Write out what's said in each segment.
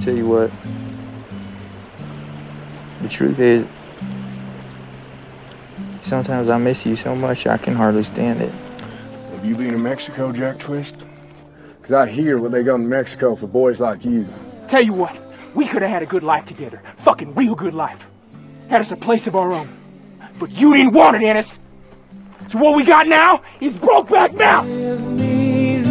tell you what. The truth is, sometimes I miss you so much I can hardly stand it. Have you been to Mexico, Jack Twist? Because I hear what they go to Mexico for boys like you. Tell you what, we could have had a good life together. Fucking real good life. Had us a place of our own. But you didn't want it, Ennis. So what we got now is Brokeback Mountain.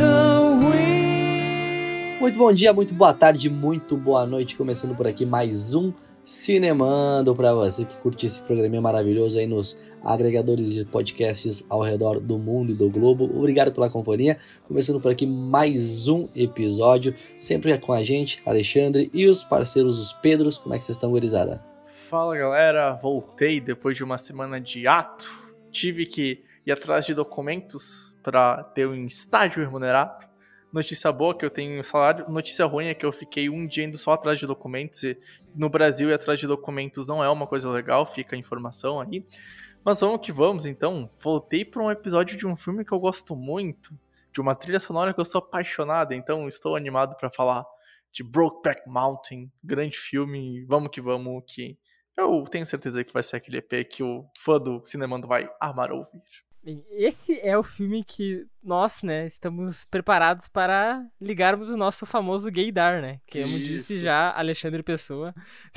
Muito bom dia, muito boa tarde, muito boa noite. Começando por aqui mais um Cinemando para você que curte esse programinha maravilhoso aí nos agregadores de podcasts ao redor do mundo e do globo. Obrigado pela companhia. Começando por aqui mais um episódio, sempre com a gente, Alexandre, e os parceiros, os Pedros. Como é que vocês estão, gurizada? Fala, galera, voltei depois de uma semana de ato. Tive que ir atrás de documentos para ter um estágio remunerado. Notícia boa que eu tenho salário, notícia ruim é que eu fiquei um dia indo só atrás de documentos, e no Brasil ir atrás de documentos não é uma coisa legal, fica a informação aí. Mas vamos que vamos, então. Voltei para um episódio de um filme que eu gosto muito, de uma trilha sonora que eu sou apaixonado, então estou animado para falar de Brokeback Mountain, grande filme, vamos, que eu tenho certeza que vai ser aquele EP que o fã do Cinemando vai amar ouvir. Esse é o filme que nós, né, estamos preparados para ligarmos o nosso famoso gaydar, né? Que, como disse já Alexandre Pessoa.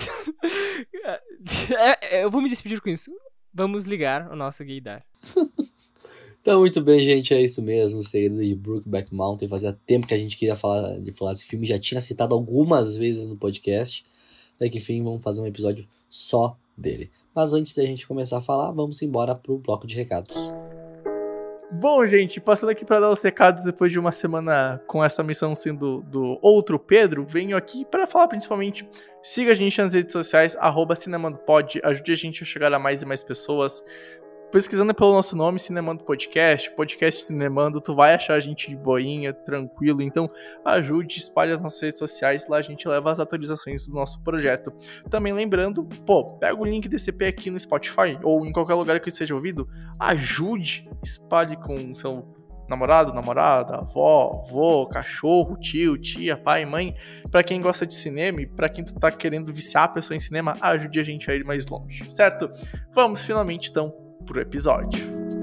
Eu vou me despedir com isso. Vamos ligar o nosso gaydar. Então, muito bem, gente, é isso mesmo. O segredo de Brokeback Mountain. Fazia tempo que a gente queria falar desse filme. Já tinha citado algumas vezes no podcast. Até que, enfim, vamos fazer um episódio só dele. Mas antes da gente começar a falar, vamos embora pro bloco de recados. Bom, gente, passando aqui para dar os recados depois de uma semana com essa missão sendo do outro Pedro, venho aqui para falar principalmente, siga a gente nas redes sociais, @cinemandopod, ajude a gente a chegar a mais e mais pessoas. Pesquisando pelo nosso nome, Cinemando Podcast Cinemando, tu vai achar a gente de boinha, tranquilo, então ajude, espalhe as nossas redes sociais, lá a gente leva as atualizações do nosso projeto. Também lembrando, pega o link desse EP aqui no Spotify, ou em qualquer lugar que esteja ouvido, ajude, espalhe com seu namorado, namorada, avó, avô, cachorro, tio, tia, pai, mãe, pra quem gosta de cinema e pra quem tu tá querendo viciar a pessoa em cinema, ajude a gente a ir mais longe, certo? Vamos finalmente, então, pro episódio.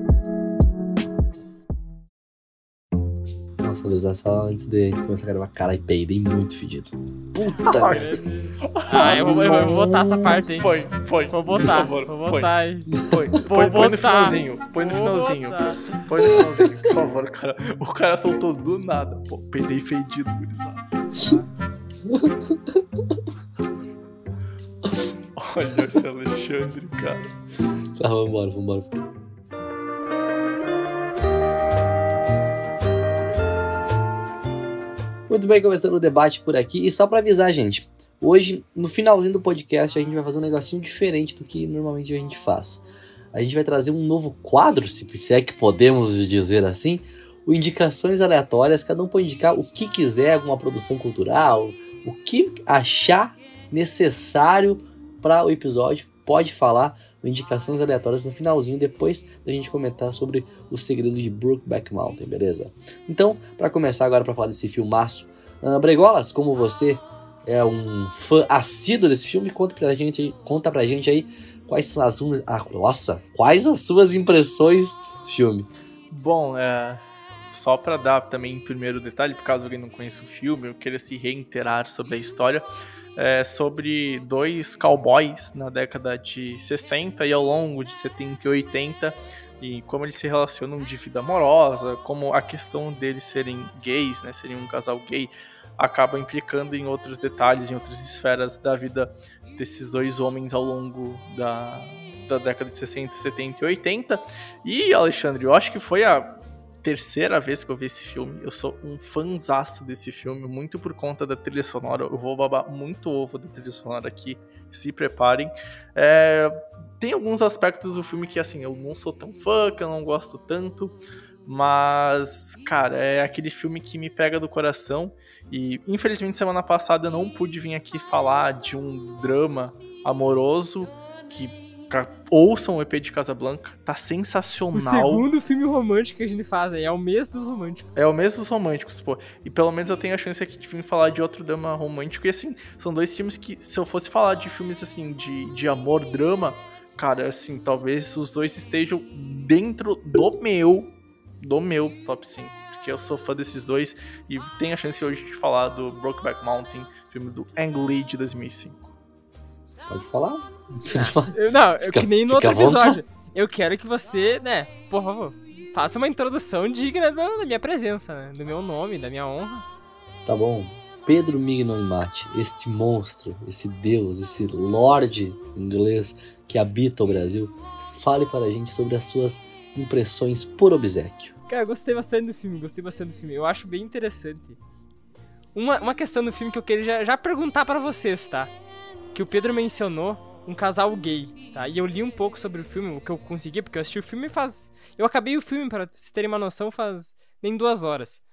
Nossa, Luísa, só antes de começar a gravar, cara, peidei muito fedido. Puta merda. Eu vou botar essa parte, hein? Põe. Vou botar, por favor, vou botar aí. Põe no finalzinho. Põe no finalzinho, por favor, cara. O cara soltou do nada. Peidei fedido, gurizada. Olha esse Alexandre, cara. Tá, vambora. Muito bem, começando o debate por aqui. E só pra avisar, gente, hoje, no finalzinho do podcast, a gente vai fazer um negocinho diferente do que normalmente a gente faz. A gente vai trazer um novo quadro, se é que podemos dizer assim, o Indicações Aleatórias. Cada um pode indicar o que quiser, alguma produção cultural, o que achar necessário para o episódio, pode falar. Indicações aleatórias no finalzinho, depois da gente comentar sobre o segredo de Brokeback Mountain, beleza? Então, para começar agora para falar desse filmaço, Bregolas, como você é um fã assíduo desse filme, conta pra gente aí quais são quais as suas impressões do filme. Bom, só para dar também primeiro detalhe, por caso alguém não conheça o filme, eu queria se reiterar sobre a história. Sobre dois cowboys na década de 60 e ao longo de 70 e 80, e como eles se relacionam de vida amorosa, como a questão deles serem gays, né, serem um casal gay, acaba implicando em outros detalhes, em outras esferas da vida desses dois homens ao longo da década de 60, 70 e 80. E, Alexandre, eu acho que foi a terceira vez que eu vi esse filme. Eu sou um fanzaço desse filme, muito por conta da trilha sonora. Eu vou babar muito ovo da trilha sonora aqui, se preparem. Tem alguns aspectos do filme que, assim, eu não sou tão fã, que eu não gosto tanto, mas, cara, é aquele filme que me pega do coração. E, infelizmente, semana passada eu não pude vir aqui falar de um drama amoroso que ouçam o EP de Casablanca, tá O sensacional. segundo filme romântico que a gente faz aí, é o mês dos românticos. É o mesmo dos românticos, pô. E pelo menos eu tenho a chance aqui de vir falar de outro drama romântico. E assim, são dois filmes que, se eu fosse falar de filmes assim, de amor, drama, cara, assim, talvez os dois estejam dentro do meu top 5. Porque eu sou fã desses dois e tenho a chance hoje de falar do Brokeback Mountain, filme do Ang Lee de 2005. Pode falar? Que nem no fica outro à vontade. episódio. Eu quero que você, né, por favor, faça uma introdução digna da minha presença, né? Do meu nome, da minha honra. Tá bom. Pedro Mignon-Mate, este monstro, esse deus, esse lorde inglês que habita o Brasil, fale para a gente sobre as suas impressões por obséquio. Cara, eu gostei bastante do filme, Eu acho bem interessante. Uma questão do filme que eu queria já perguntar pra vocês, tá? Que o Pedro mencionou um casal gay, tá? E eu li um pouco sobre o filme, o que eu consegui, porque eu assisti o filme faz... Eu acabei o filme, pra vocês terem uma noção, faz nem 2 horas.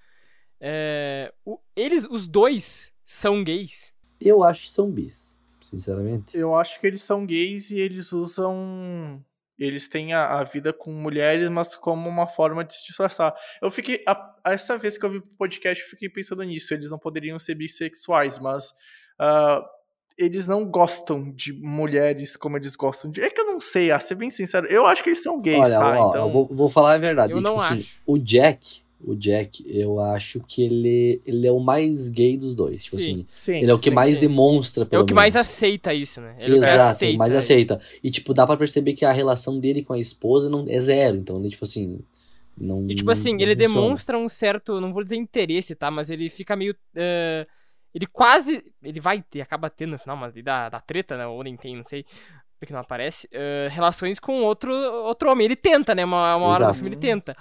Os dois são gays. Eu acho que são bis, sinceramente. Eu acho que eles são gays e eles usam... Eles têm a vida com mulheres, mas como uma forma de se disfarçar. Eu fiquei... Essa vez que eu vi o podcast, eu fiquei pensando nisso. Eles não poderiam ser bissexuais, mas... eles não gostam de mulheres como eles gostam de... É que eu não sei, ser bem sincero. Eu acho que eles são gays, Olha, tá? Então... eu vou falar a verdade. Eu não tipo assim, acho. o Jack, eu acho que ele é o mais gay dos dois. Tipo Sim. assim, Sim, ele é o que mais sim. demonstra, É pelo o que menos. mais aceita isso, né? Ele Exato, mais isso. aceita. E, tipo, dá pra perceber que a relação dele com a esposa não é zero. Então, ele, tipo assim... Não, E tipo assim, não ele funciona. demonstra um certo, não vou dizer interesse, tá? Mas ele fica meio... ele vai ter, acaba tendo no final, mas da treta, né? Ou nem tem, não sei, porque não aparece. Relações com outro homem. Ele tenta, né? Uma hora do Exato. filme ele tenta.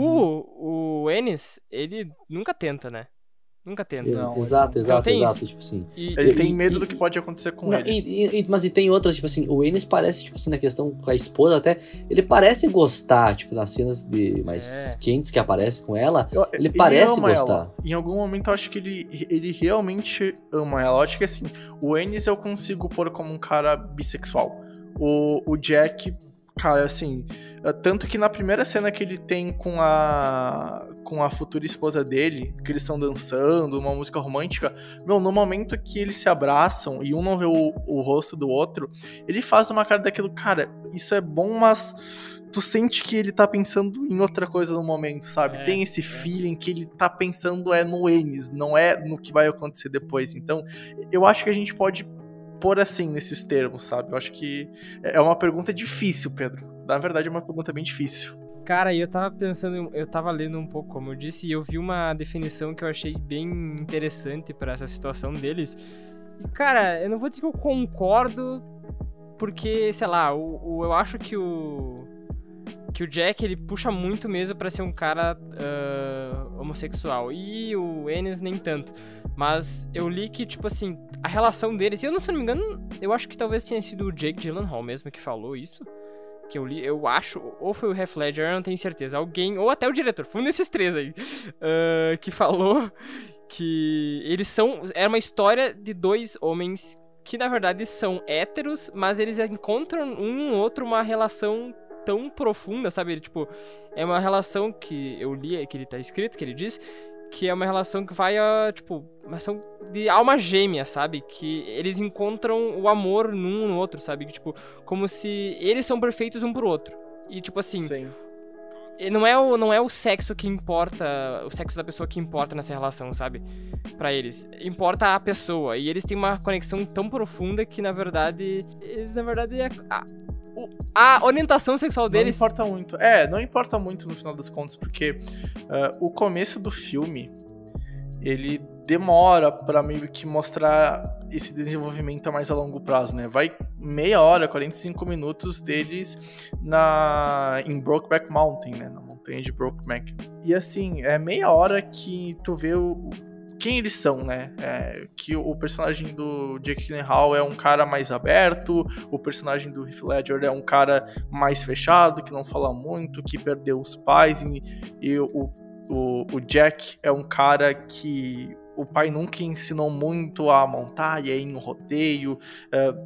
O Ennis, ele nunca tenta, né? Nunca tenta. Não, Exato. tem Tipo assim... Ele tem medo do que pode acontecer com Não, ele. mas tem outras, tipo assim, o Ennis parece, tipo assim, na questão com a esposa até, ele parece gostar, tipo, nas cenas mais quentes que aparece com ela, ele parece ama gostar. ela. Em algum momento eu acho que ele realmente ama ela. Eu acho que assim, o Ennis eu consigo pôr como um cara bissexual. O Jack, cara, assim, tanto que na primeira cena que ele tem com a futura esposa dele, que eles estão dançando, uma música romântica, no momento que eles se abraçam e um não vê o rosto do outro, ele faz uma cara daquilo, cara, isso é bom, mas tu sente que ele tá pensando em outra coisa no momento, sabe? Tem esse feeling que ele tá pensando no Ennis, não é no que vai acontecer depois. Então, eu acho que a gente pode pôr assim nesses termos, sabe? Eu acho que é uma pergunta difícil, Pedro. Na verdade, é uma pergunta bem difícil. Cara, eu tava pensando, eu tava lendo um pouco, como eu disse, e eu vi uma definição que eu achei bem interessante pra essa situação deles. E, cara, eu não vou dizer que eu concordo, porque, sei lá, eu acho que o Jack, ele puxa muito mesmo pra ser um cara homossexual, e o Ennis nem tanto. Mas eu li que, tipo assim, a relação deles, e eu não me engano, eu acho que talvez tenha sido o Jake Gyllenhaal mesmo que falou isso, que eu li, eu acho, ou foi o Heath Ledger, eu não tenho certeza, alguém, ou até o diretor, foi um desses 3 aí, que falou que eles era uma história de 2 homens que na verdade são héteros, mas eles encontram um no outro uma relação tão profunda, sabe? Tipo, é uma relação que eu li, que ele tá escrito, que ele diz, que é uma relação que vai tipo, uma relação de alma gêmea, sabe? Que eles encontram o amor num no outro, sabe? Tipo, como se eles são perfeitos um pro outro. E tipo assim, Sim. não é o sexo que importa, o sexo da pessoa que importa nessa relação, sabe? Pra eles. Importa a pessoa. E eles têm uma conexão tão profunda que, na verdade, a orientação sexual deles... Não importa muito. Não importa muito no final das contas, porque o começo do filme, ele demora pra meio que mostrar esse desenvolvimento a mais a longo prazo, né? Vai meia hora, 45 minutos deles em Brokeback Mountain, né? Na montanha de Brokeback. E assim, é meia hora que tu vê quem eles são, né? Que o personagem do Jake Gyllenhaal é um cara mais aberto, o personagem do Heath Ledger é um cara mais fechado, que não fala muito, que perdeu os pais, e o Jack é um cara que o pai nunca ensinou muito a montar, e aí em rodeio.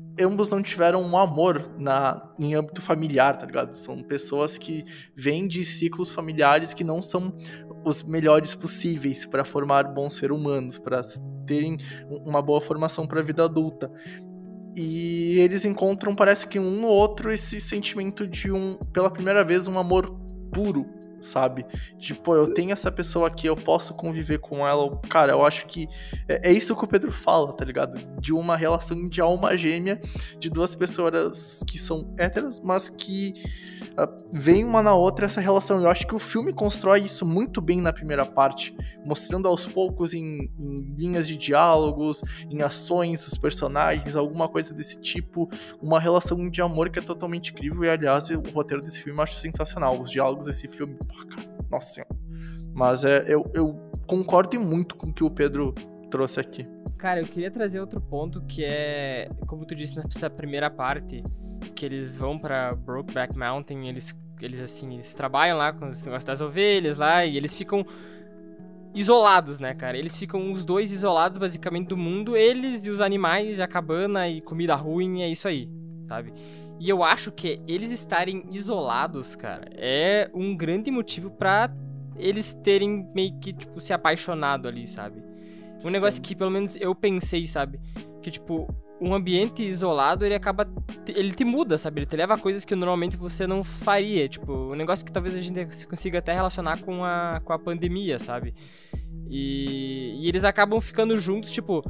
ambos não tiveram um amor em âmbito familiar, tá ligado? São pessoas que vêm de ciclos familiares que não são os melhores possíveis para formar bons seres humanos, para terem uma boa formação para a vida adulta. E eles encontram, parece que um ou outro, esse sentimento de pela primeira vez, um amor puro, sabe? Tipo, eu tenho essa pessoa aqui, eu posso conviver com ela. Cara, eu acho que é isso que o Pedro fala, tá ligado? De uma relação de alma gêmea, de duas pessoas que são héteras, mas que vem uma na outra essa relação. Eu acho que o filme constrói isso muito bem na primeira parte, mostrando aos poucos em linhas de diálogos, em ações dos personagens, alguma coisa desse tipo, uma relação de amor que é totalmente incrível. E aliás, o roteiro desse filme eu acho sensacional, os diálogos desse filme, nossa senhora. Mas eu concordo muito com o que o Pedro trouxe aqui. Cara, eu queria trazer outro ponto que é, como tu disse nessa primeira parte, que eles vão pra Brokeback Mountain, eles trabalham lá com os negócios das ovelhas lá, e eles ficam isolados, né, cara? Eles ficam os dois isolados basicamente do mundo, eles e os animais, a cabana e comida ruim, é isso aí, sabe? E eu acho que eles estarem isolados, cara, é um grande motivo pra eles terem meio que, tipo, se apaixonado ali, sabe? Um negócio que, pelo menos, eu pensei, sabe? Que, tipo, um ambiente isolado, ele te muda, sabe? Ele te leva a coisas que normalmente você não faria. Tipo, um negócio que talvez a gente consiga até relacionar com a pandemia, sabe? E eles acabam ficando juntos, tipo...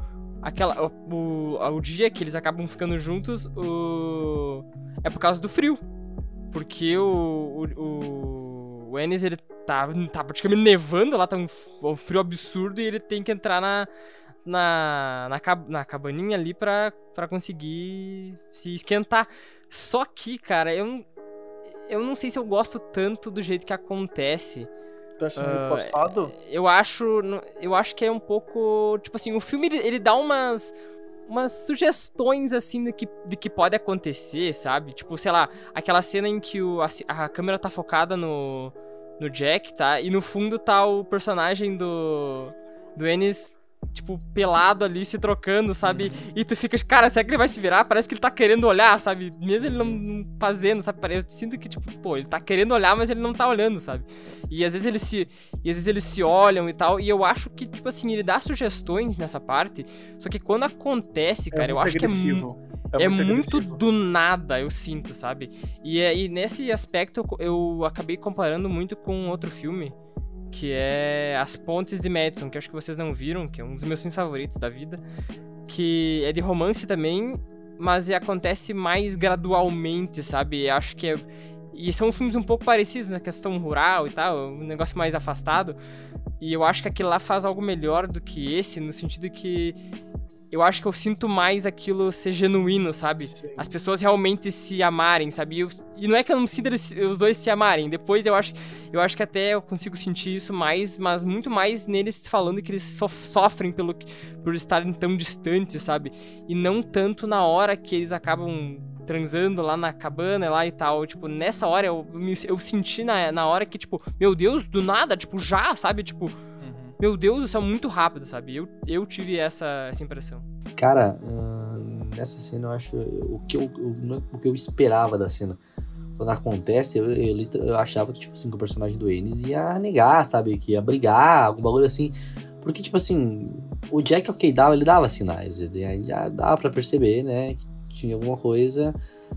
O dia que eles acabam ficando juntos é por causa do frio. Porque o Ennis, ele tá praticamente nevando lá, tá um frio absurdo, e ele tem que entrar na cabaninha ali pra conseguir se esquentar. Só que, cara, eu não sei se eu gosto tanto do jeito que acontece. Tá achando meio forçado? Eu acho que é um pouco... Tipo assim, o filme ele dá umas sugestões, assim, de que pode acontecer, sabe? Tipo, sei lá, aquela cena em que a câmera tá focada no Jack, tá? E no fundo tá o personagem do Ennis, tipo, pelado ali, se trocando, sabe? E tu fica, cara, será que ele vai se virar? Parece que ele tá querendo olhar, sabe? Mesmo ele não fazendo, sabe? Eu sinto que, tipo, pô, ele tá querendo olhar, mas ele não tá olhando, sabe? E às vezes eles se olham e tal, e eu acho que, tipo assim, ele dá sugestões nessa parte, só que quando acontece, cara, eu acho agressivo. que é muito do nada, eu sinto, sabe? E nesse aspecto eu acabei comparando muito com outro filme, que é As Pontes de Madison, que acho que vocês não viram, que é um dos meus filmes favoritos da vida, que é de romance também, mas acontece mais gradualmente, sabe? Acho que e são filmes um pouco parecidos na questão rural e tal, um negócio mais afastado, e eu acho que aquele lá faz algo melhor do que esse, no sentido que eu acho que eu sinto mais aquilo ser genuíno, sabe? Sim. As pessoas realmente se amarem, sabe? E não é que eu não sinto os dois se amarem. Depois eu acho que até eu consigo sentir isso mais, mas muito mais neles falando que eles sofrem por estarem tão distantes, sabe? E não tanto na hora que eles acabam transando lá na cabana lá e tal. Tipo, nessa hora eu senti na hora que, tipo, meu Deus, do nada, tipo, já, sabe? Tipo... Meu Deus, isso é muito rápido, sabe? Eu tive essa impressão. Cara, nessa cena eu acho... O que eu esperava da cena. Quando acontece, eu achava que, tipo assim, que o personagem do Ennis ia negar, sabe? Que ia brigar, algum bagulho assim. Porque, tipo assim, o Jack, ele dava sinais. Já dava pra perceber, né? Que tinha alguma coisa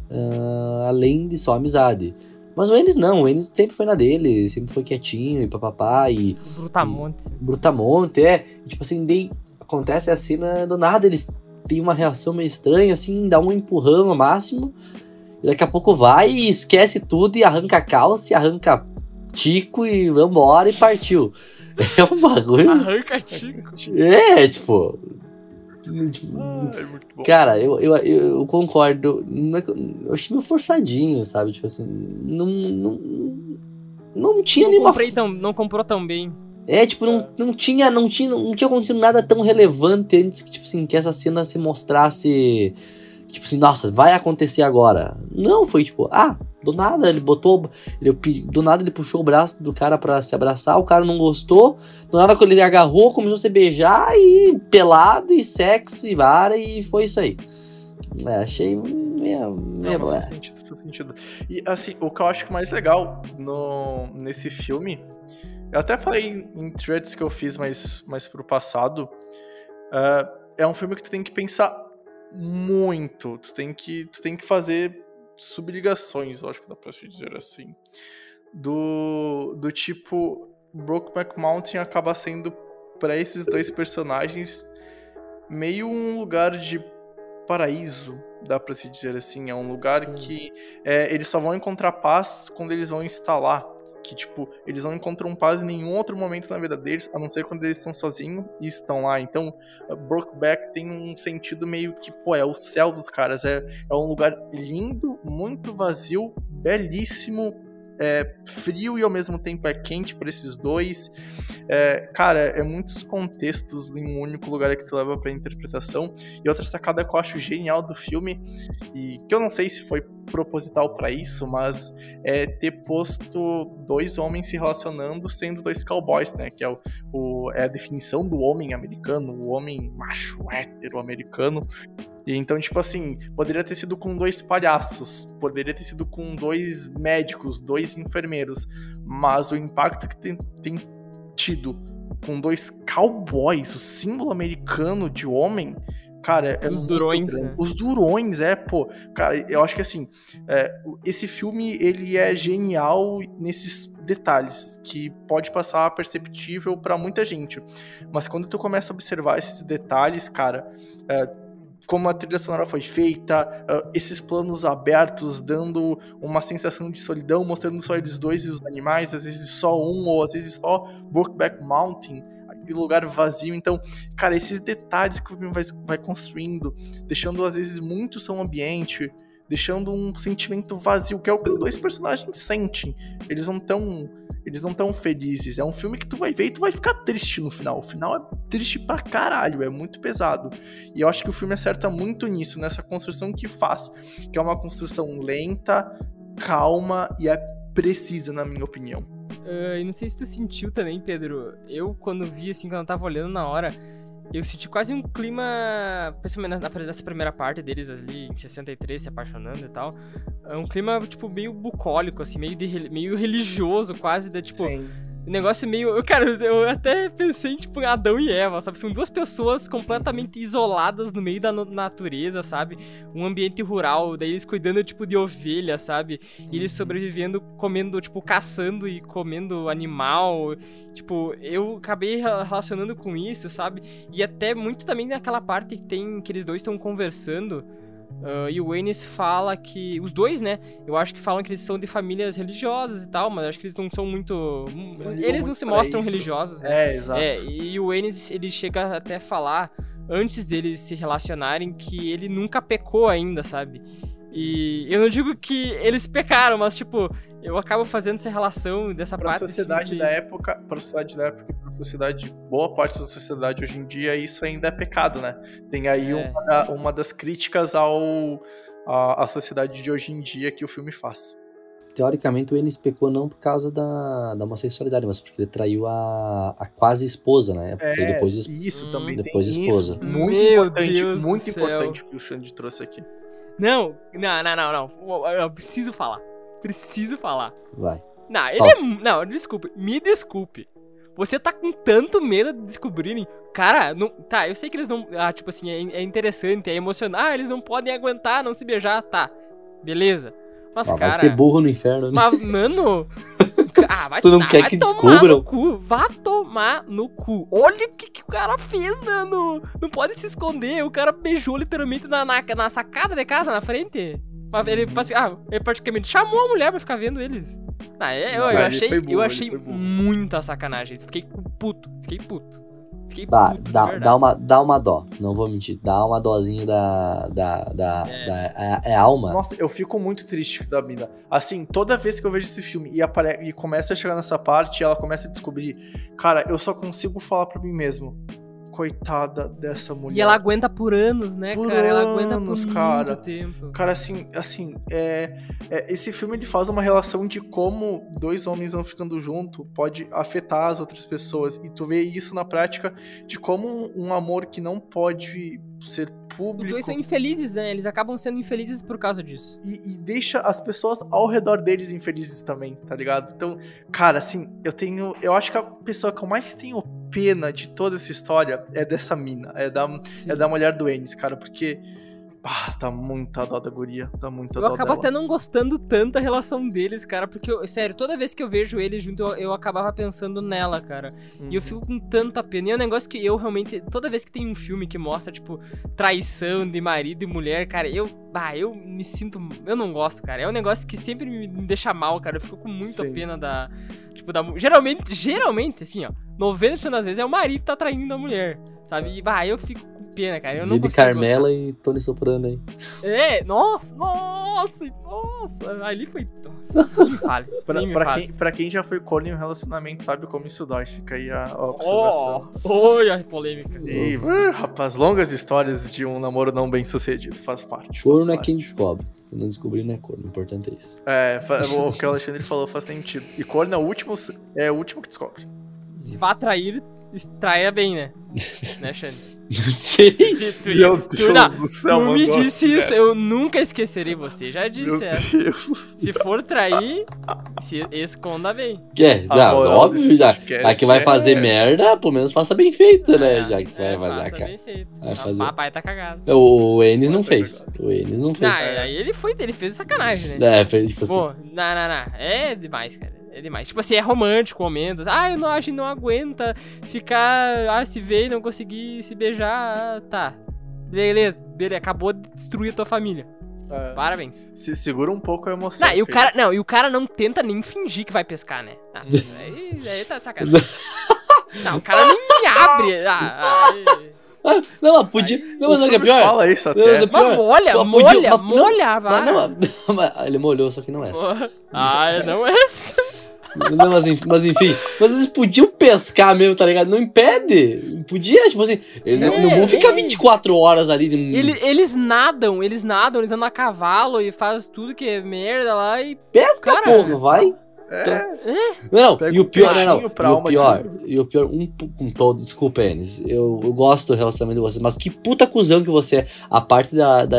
além de só amizade. Mas o Ennis não, o Ennis sempre foi na dele, sempre foi quietinho e papapá e... Brutamonte, é. E, tipo assim, daí acontece a cena do nada, ele tem uma reação meio estranha, assim, dá um empurrão no máximo, e daqui a pouco vai e esquece tudo e arranca a calça, e arranca tico e vambora e partiu. É um bagulho... Arranca tico. É, tipo... É muito bom. Cara, eu concordo. Eu achei meio forçadinho, sabe? Tipo assim, não tinha nenhuma... Não comprou tão bem. É, tipo, não tinha acontecido nada tão relevante antes que, tipo assim, que essa cena se mostrasse, tipo assim, nossa, vai acontecer agora. Não, foi tipo, do nada do nada ele puxou o braço do cara pra se abraçar, o cara não gostou, do nada quando ele agarrou, começou a se beijar, e pelado, e sexo, e vara, e foi isso aí. Achei meio Não, faz sentido. E, assim, o que eu acho mais legal nesse filme, eu até falei em threads que eu fiz mais pro passado, é um filme que tu tem que pensar muito, tu tem que fazer subligações, eu acho que dá pra se dizer assim, do tipo, Brokeback Mountain acaba sendo, pra esses dois personagens, meio um lugar de paraíso, dá pra se dizer assim. É um lugar Sim. que eles só vão encontrar paz quando eles vão instalar. Que, tipo, eles não encontram paz em nenhum outro momento na vida deles, a não ser quando eles estão sozinhos e estão lá. Então, Brokeback tem um sentido meio que, pô, é o céu dos caras. É um lugar lindo, muito vazio, belíssimo, frio e ao mesmo tempo é quente para esses dois. Cara, é muitos contextos em um único lugar que tu leva pra interpretação. E outra sacada que eu acho genial do filme, e que eu não sei se foi proposital pra isso, mas é ter posto dois homens se relacionando sendo dois cowboys, né? Que é a definição do homem americano, o homem macho, hétero americano. E então, tipo assim, poderia ter sido com dois palhaços, poderia ter sido com dois médicos, dois enfermeiros, mas o impacto que tem tido com dois cowboys, o símbolo americano de homem, cara, é Os muito durões, grande. né? Os durões, pô, cara, eu acho que assim, esse filme, ele é genial nesses detalhes, que pode passar perceptível pra muita gente, mas quando tu começa a observar esses detalhes, cara, como a trilha sonora foi feita, esses planos abertos dando uma sensação de solidão, mostrando só eles dois e os animais, às vezes só um, ou às vezes só Brokeback Mountain, aquele lugar vazio. Então, cara, esses detalhes que o filme vai construindo, deixando às vezes muito som ambiente, deixando um sentimento vazio, que é o que os dois personagens sentem. Eles não tão felizes. É um filme que tu vai ver e tu vai ficar triste no final. O final é triste pra caralho, é muito pesado. E eu acho que o filme acerta muito nisso, nessa construção que faz, que é uma construção lenta, calma e é precisa, na minha opinião. E não sei se tu sentiu também, Pedro. Eu, quando vi, assim, quando eu tava olhando na hora, eu senti quase um clima, principalmente nessa primeira parte deles ali, em 63, se apaixonando e tal. Um clima, tipo, meio bucólico, assim, meio religioso, quase, tipo... Sim. Um negócio meio... Cara, eu até pensei em, tipo, Adão e Eva, sabe? São duas pessoas completamente isoladas no meio da natureza, sabe? Um ambiente rural, daí eles cuidando, tipo, de ovelha, sabe? E eles sobrevivendo, comendo, tipo, caçando e comendo animal. Tipo, eu acabei relacionando com isso, sabe? E até muito também naquela parte que eles dois estão conversando. E o Ennis fala que... Os dois, né? Eu acho que falam que eles são de famílias religiosas e tal, mas acho que eles não são muito... Eles não se mostram religiosos, né? Exato. E o Ennis, ele chega até a falar, antes deles se relacionarem, que ele nunca pecou ainda, sabe? E eu não digo que eles pecaram, mas, tipo, eu acabo fazendo essa relação dessa Pra parte... sociedade da época, pra sociedade, boa parte da sociedade hoje em dia, isso ainda é pecado, né? Tem aí uma das críticas à sociedade de hoje em dia que o filme faz. Teoricamente, o Ennis pecou não por causa da homossexualidade, mas porque ele traiu a quase esposa, né? Porque depois isso também depois tem esposa. isso. Muito Meu importante, Deus muito do céu. importante que o Xande trouxe aqui. Não. Eu preciso falar. Vai. Não, ele Salta. Não, me desculpe. Você tá com tanto medo de descobrirem. Cara, não... Tá, eu sei que eles não... tipo assim, é interessante, é emocionante. Eles não podem aguentar, não se beijar, tá. Beleza. Mas, cara... Vai ser burro no inferno, né? Mas, mano... Tu não quer que descubram? Vai tomar no cu. Olha o que o cara fez, mano. Não pode se esconder. O cara beijou literalmente na sacada de casa, na frente. Ele praticamente chamou a mulher pra ficar vendo eles. Eu achei muita sacanagem. Fiquei puto. Dá uma dó. Não vou mentir. Dá uma dózinha é alma. Nossa, eu fico muito triste da mina. Assim, toda vez que eu vejo esse filme e começa a chegar nessa parte e ela começa a descobrir, cara, eu só consigo falar pra mim mesmo. Coitada dessa mulher. E ela aguenta por anos, né, por cara? Ela anos, aguenta por cara. muito tempo. Cara, assim, esse filme ele faz uma relação de como dois homens não ficando junto pode afetar as outras pessoas. E tu vê isso na prática de como um amor que não pode ser Os público. dois são infelizes, né? Eles acabam sendo infelizes por causa disso. E deixa as pessoas ao redor deles infelizes também, tá ligado? Então, cara, assim, eu acho que a pessoa que eu mais tenho pena de toda essa história é dessa mina, é da mulher do Ennis, cara, porque dá muita dó da guria, dá muita dó Eu acabo dela. até não gostando tanto da relação deles, cara, porque, sério, toda vez que eu vejo eles junto, eu acabava pensando nela, cara. E eu fico com tanta pena. E é um negócio que eu realmente, toda vez que tem um filme que mostra, tipo, traição de marido e mulher, cara, eu me sinto, eu não gosto, cara. É um negócio que sempre me deixa mal, cara. Eu fico com muita Sim. pena geralmente, assim, ó, 90% das vezes é o marido que tá traindo a mulher, sabe? E, eu fico com pena, cara. Eu não Vida de consigo Carmela e Tony Soprano aí. nossa, ali foi... Nem me fale, nem me fale. Pra quem já foi corno em um relacionamento, sabe como isso dói. Fica aí a observação. Oi, a polêmica. E, rapaz, longas histórias de um namoro não bem sucedido. Faz parte. Corno é quem descobre. Quem não descobrir não é corno. O importante é isso. O que o Alexandre falou faz sentido. E corno é o último que descobre. Se vai trair, traia bem, né? Né, Xande? Não sei. Meu Deus do céu, tu me mano. disse isso, eu nunca esquecerei você. Já disse Meu essa. Deus. Se for trair, se esconda bem. Óbvio, já. podcast A que vai fazer merda, pelo menos faça bem feita, né? Já que vai fazer faça a cara. bem feito. Vai O fazer. papai tá cagado. O Ennis não fez. O Ennis não fez. Não, aí ele fez sacanagem, né? Fez tipo assim. Pô, não. É demais, cara. É demais. Tipo assim, é romântico o momento. A gente não aguenta ficar. Se ver e não conseguir se beijar. Tá. Beleza. Acabou de destruir a tua família. Parabéns. Se segura um pouco a emoção. E o cara não tenta nem fingir que vai pescar, né? Aí tá de sacanagem. Não, o cara nem abre. Não, mas podia. Não, mas o que é pior? Fala isso até. Não, mas é pior. Molha, vai. Ele molhou, só que não é essa. Não é essa. Não, mas enfim. Mas eles podiam pescar mesmo, tá ligado? Não impede. Podia, tipo assim. Eles não vão ficar 24 horas ali. Eles nadam, eles andam a cavalo e fazem tudo que é merda lá e. Pesca, Cara, porra, vai. Não, Pega e o pior, e o pior, com todo, desculpa, Enes, eu gosto do relacionamento de vocês, mas que puta cuzão que você é, a parte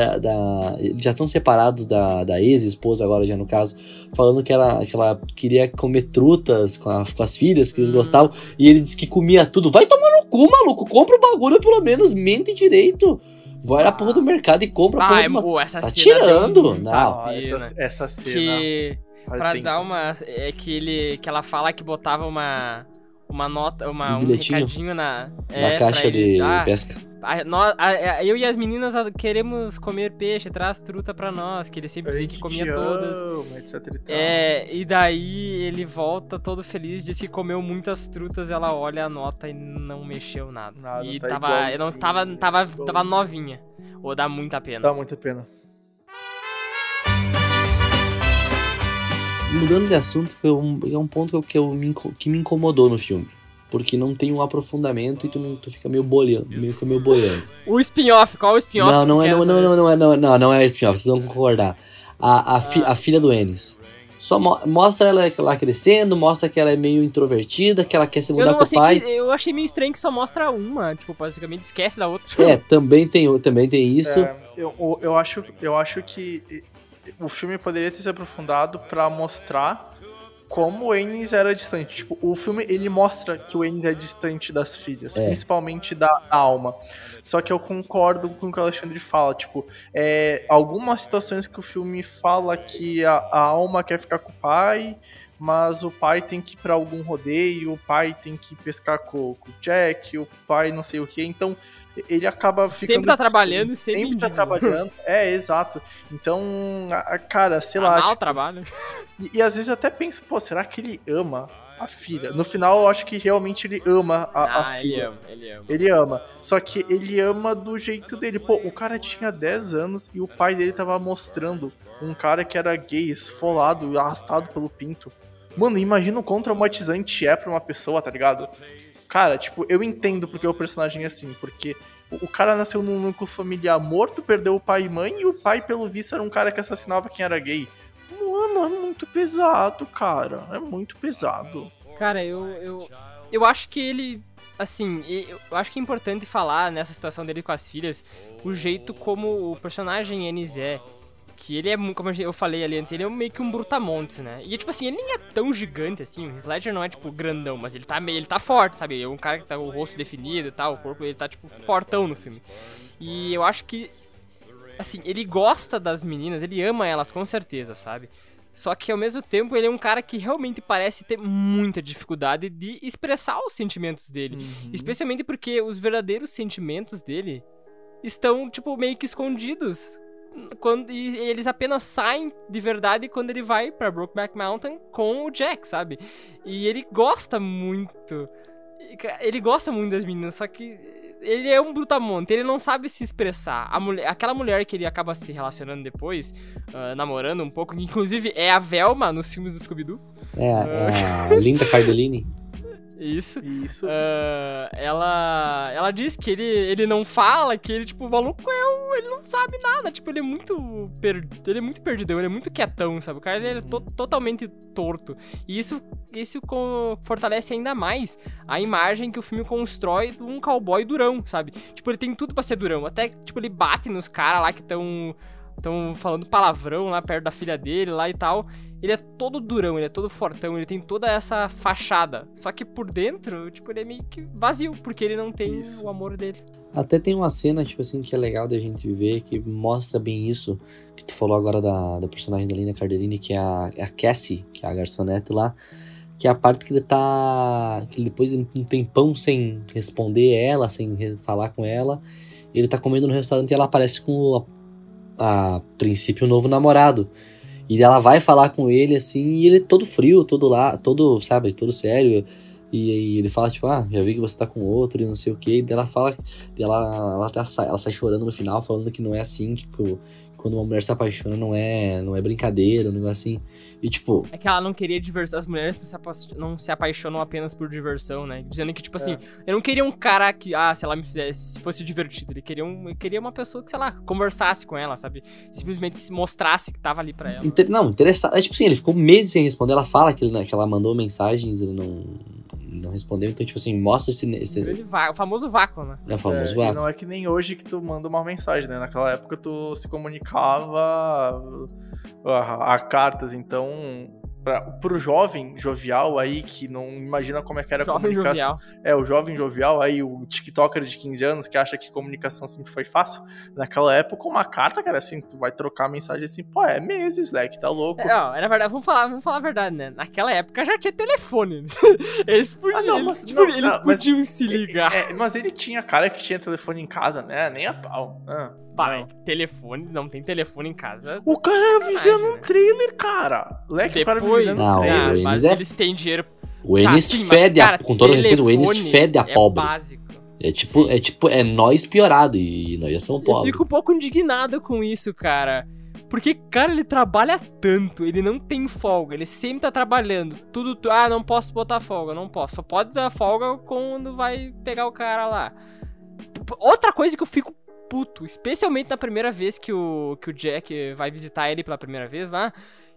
já estão separados da ex-esposa agora, já no caso, falando que ela queria comer trutas com as filhas, que eles gostavam, e ele disse que comia tudo. Vai tomar no cu, maluco, compra o bagulho, pelo menos, mente direito. Vai na porra do mercado e compra a porra do essa tá cena tirando, não. Essa cena. Que... Pra dar uma... É que ela fala que botava uma nota, um recadinho na caixa de pesca. Eu e as meninas queremos comer peixe, traz truta pra nós, que ele sempre dizia que comia todas. Etc e daí ele volta todo feliz, diz que comeu muitas trutas, ela olha a nota e não mexeu nada. E tava novinha. Ou dá muita pena. Dá muita pena. Mudando de assunto, é um ponto que me incomodou no filme. Porque não tem um aprofundamento e tu fica meio boiando. O spin-off, qual é o spin-off? Não é spin-off, vocês vão concordar. A filha do Ennis. Só mostra ela lá crescendo, mostra que ela é meio introvertida, que ela quer se mudar com o pai. Eu achei meio estranho que só mostra uma, tipo, basicamente esquece da outra. Também tem isso. Eu acho que o filme poderia ter se aprofundado pra mostrar como o Ennis era distante. Tipo, o filme, ele mostra que o Ennis é distante das filhas, principalmente da Alma. Só que eu concordo com o que o Alexandre fala, tipo, algumas situações que o filme fala que a Alma quer ficar com o pai, mas o pai tem que ir pra algum rodeio, o pai tem que pescar com o Jack, o pai não sei o que, então ele acaba ficando... Sempre tá trabalhando e sempre tá trabalhando. Exato. Então, cara, sei lá... Mal trabalho. E às vezes eu até penso, será que ele ama a filha? No final, eu acho que realmente ele ama a filha. Ele ama. Só que ele ama do jeito dele. O cara tinha 10 anos e o pai dele tava mostrando um cara que era gay, esfolado, arrastado pelo pinto. Mano, imagina o quão traumatizante é pra uma pessoa, tá ligado? Cara, tipo, eu entendo porque o personagem é assim, porque o cara nasceu num núcleo familiar morto, perdeu o pai e mãe, e o pai, pelo visto, era um cara que assassinava quem era gay. Mano, é muito pesado, cara. É muito pesado. Cara, eu eu acho que ele, assim, eu acho que é importante falar nessa situação dele com as filhas, o jeito como o personagem Ennis é, que ele é, como eu falei ali antes, ele é meio que um brutamontes, né? E, tipo assim, ele nem é tão gigante, assim, o Heath Ledger não é, tipo, grandão, mas ele tá forte, sabe? É um cara que tá com o rosto definido e tal, o corpo, ele tá, tipo, fortão no filme. E eu acho que, assim, ele gosta das meninas, ele ama elas, com certeza, sabe? Só que, ao mesmo tempo, ele é um cara que realmente parece ter muita dificuldade de expressar os sentimentos dele. Especialmente porque os verdadeiros sentimentos dele estão, tipo, meio que escondidos. E eles apenas saem de verdade quando ele vai pra Brokeback Mountain com o Jack, sabe? E ele gosta muito. Ele gosta muito das meninas, só que ele é um brutamonte, ele não sabe se expressar. Aquela mulher que ele acaba se relacionando depois, namorando um pouco, inclusive é a Velma nos filmes do Scooby-Doo. É a Linda Cardellini. Isso. Ela diz que ele não fala, que ele, tipo, o maluco ele não sabe nada. Tipo, ele é muito perdidão, ele é muito quietão, sabe? O cara ele é totalmente torto. E isso fortalece ainda mais a imagem que o filme constrói de um cowboy durão, sabe? Tipo, ele tem tudo pra ser durão. Até, tipo, ele bate nos caras lá que estão falando palavrão lá perto da filha dele lá e tal. Ele é todo durão, ele é todo fortão, ele tem toda essa fachada. Só que por dentro, tipo, ele é meio que vazio, porque ele não tem o amor dele. Até tem uma cena, tipo assim, que é legal da gente ver, que mostra bem isso, que tu falou agora da personagem da Linda Cardellini, que é a Cassie, que é a garçonete lá, que é a parte que ele tá... que ele depois de um tempão sem responder ela, sem falar com ela, ele tá comendo no restaurante e ela aparece com a princípio, o novo namorado. E ela vai falar com ele, assim, e ele todo frio, todo, sabe, todo sério. E ele fala, tipo, já vi que você tá com outro e não sei o que. E daí ela fala, ela sai chorando no final, falando que não é assim, que quando uma mulher se apaixona não é brincadeira, um negócio assim. E tipo... É que ela não queria diversão, as mulheres não se apaixonam apenas por diversão, né? Dizendo que, tipo assim, eu não queria um cara que, se ela me fizesse, fosse divertido. Eu queria uma pessoa que, sei lá, conversasse com ela, sabe? Simplesmente se mostrasse que tava ali pra ela. Interessante. É tipo assim, ele ficou meses sem responder. Ela fala que ela mandou mensagens, ele não respondeu. Então, tipo assim, mostra esse... O famoso vácuo, né? É o famoso vácuo. E não é que nem hoje que tu manda uma mensagem, né? Naquela época tu se comunicava a cartas, então pro jovem jovial aí que não imagina como é que era a comunicação. Jovial. O jovem jovial aí, o tiktoker de 15 anos que acha que comunicação sempre foi fácil. Naquela época, uma carta, cara, assim, tu vai trocar mensagem assim, é meses, né, que tá louco. Na verdade, vamos falar a verdade, né? Naquela época já tinha telefone. Eles podiam se ligar. Mas ele tinha cara que tinha telefone em casa, né? Nem a pau. Telefone, não tem telefone em casa. O cara era vivendo num trailer, cara. Leque, o cara vivendo num trailer. Mas eles têm dinheiro. O Ennis fede, com todo respeito, o Ennis fede a pobre. Básico. É nós piorado e nós já somos pobres. Eu fico um pouco indignado com isso, cara. Porque, cara, ele trabalha tanto, ele não tem folga, ele sempre tá trabalhando. Não posso botar folga, não posso. Só pode dar folga quando vai pegar o cara lá. Outra coisa que eu fico puto, especialmente na primeira vez que o Jack vai visitar ele pela primeira vez lá,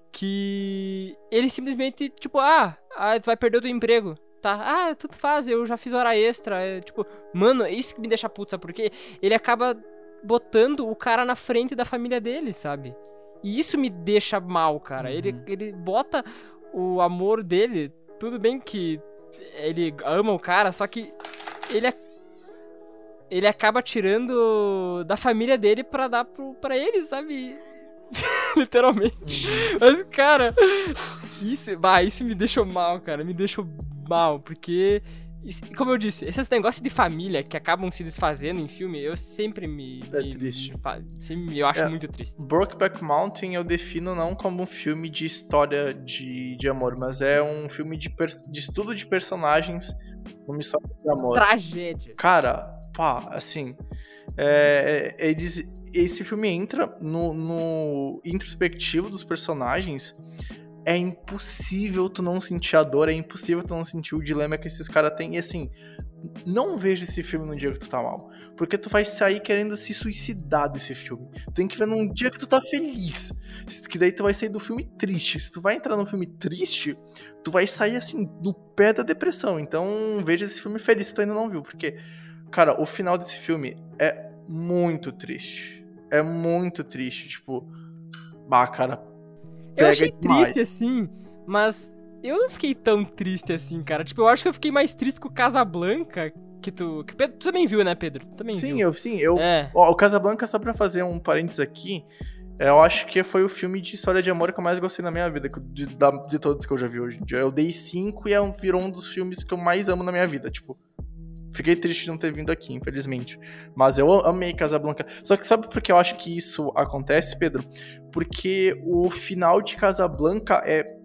que ele simplesmente, tipo, tu vai perder o teu emprego, tá? Tudo faz, eu já fiz hora extra, tipo, mano, isso que me deixa puto, sabe por quê? Ele acaba botando o cara na frente da família dele, sabe? E isso me deixa mal, cara. Ele bota o amor dele, tudo bem que ele ama o cara, só que ele acaba tirando da família dele pra dar pra ele, sabe? Literalmente. Mas, cara, isso me deixou mal, cara. Me deixou mal, porque, como eu disse, esses negócios de família que acabam se desfazendo em filme, eu sempre triste. Eu acho muito triste. Brokeback Mountain eu defino não como um filme de história de amor, mas é um filme de estudo de personagens, uma história de amor. Tragédia. Cara, assim, esse filme entra no introspectivo dos personagens. É impossível tu não sentir a dor, é impossível tu não sentir o dilema que esses caras têm. E assim, não veja esse filme no dia que tu tá mal. Porque tu vai sair querendo se suicidar desse filme. Tem que ver num dia que tu tá feliz. Que daí tu vai sair do filme triste. Se tu vai entrar no filme triste, tu vai sair assim, no pé da depressão. Então veja esse filme feliz se tu ainda não viu. Porque, cara, o final desse filme é muito triste. É muito triste. Tipo, cara, pega Eu achei demais. triste, assim, mas eu não fiquei tão triste assim, cara. Tipo, eu acho que eu fiquei mais triste com o Casablanca, que tu também viu, né, Pedro? Tu também viu. Sim. É. Ó, o Casablanca, só pra fazer um parênteses aqui, eu acho que foi o filme de história de amor que eu mais gostei na minha vida, de todos que eu já vi hoje em dia. Eu dei 5 e virou um dos filmes que eu mais amo na minha vida, tipo... Fiquei triste de não ter vindo aqui, infelizmente. Mas eu amei Casablanca. Só que sabe por que eu acho que isso acontece, Pedro? Porque o final de Casablanca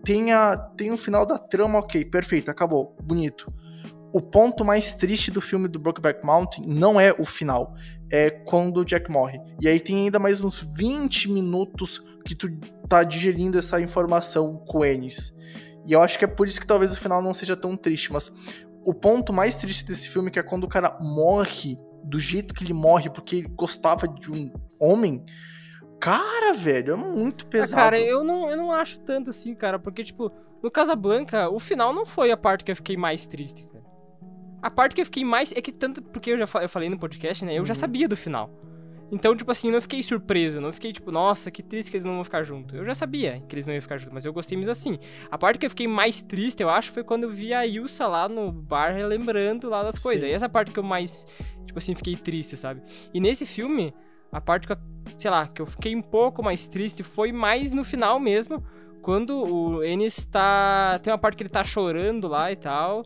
tem um final da trama, ok, perfeito, acabou, bonito. O ponto mais triste do filme do Brokeback Mountain não é o final, é quando o Jack morre. E aí tem ainda mais uns 20 minutos que tu tá digerindo essa informação com o Ennis. E eu acho que é por isso que talvez o final não seja tão triste, mas... O ponto mais triste desse filme é quando o cara morre do jeito que ele morre porque ele gostava de um homem. Cara, velho, é muito pesado. Cara, eu não acho tanto assim, cara, porque, tipo, no Casablanca, o final não foi a parte que eu fiquei mais triste, cara. A parte que eu fiquei mais... É que tanto... Porque eu falei no podcast, né? Eu já sabia do final. Então, tipo assim, eu não fiquei surpreso, não fiquei tipo, nossa, que triste que eles não vão ficar juntos. Eu já sabia que eles não iam ficar juntos, mas eu gostei mesmo assim. A parte que eu fiquei mais triste, eu acho, foi quando eu vi a Ilsa lá no bar relembrando lá das coisas. E essa parte que eu mais, tipo assim, fiquei triste, sabe? E nesse filme, a parte que eu, sei lá, que eu fiquei um pouco mais triste foi mais no final mesmo, quando o Ennis tem uma parte que ele tá chorando lá e tal...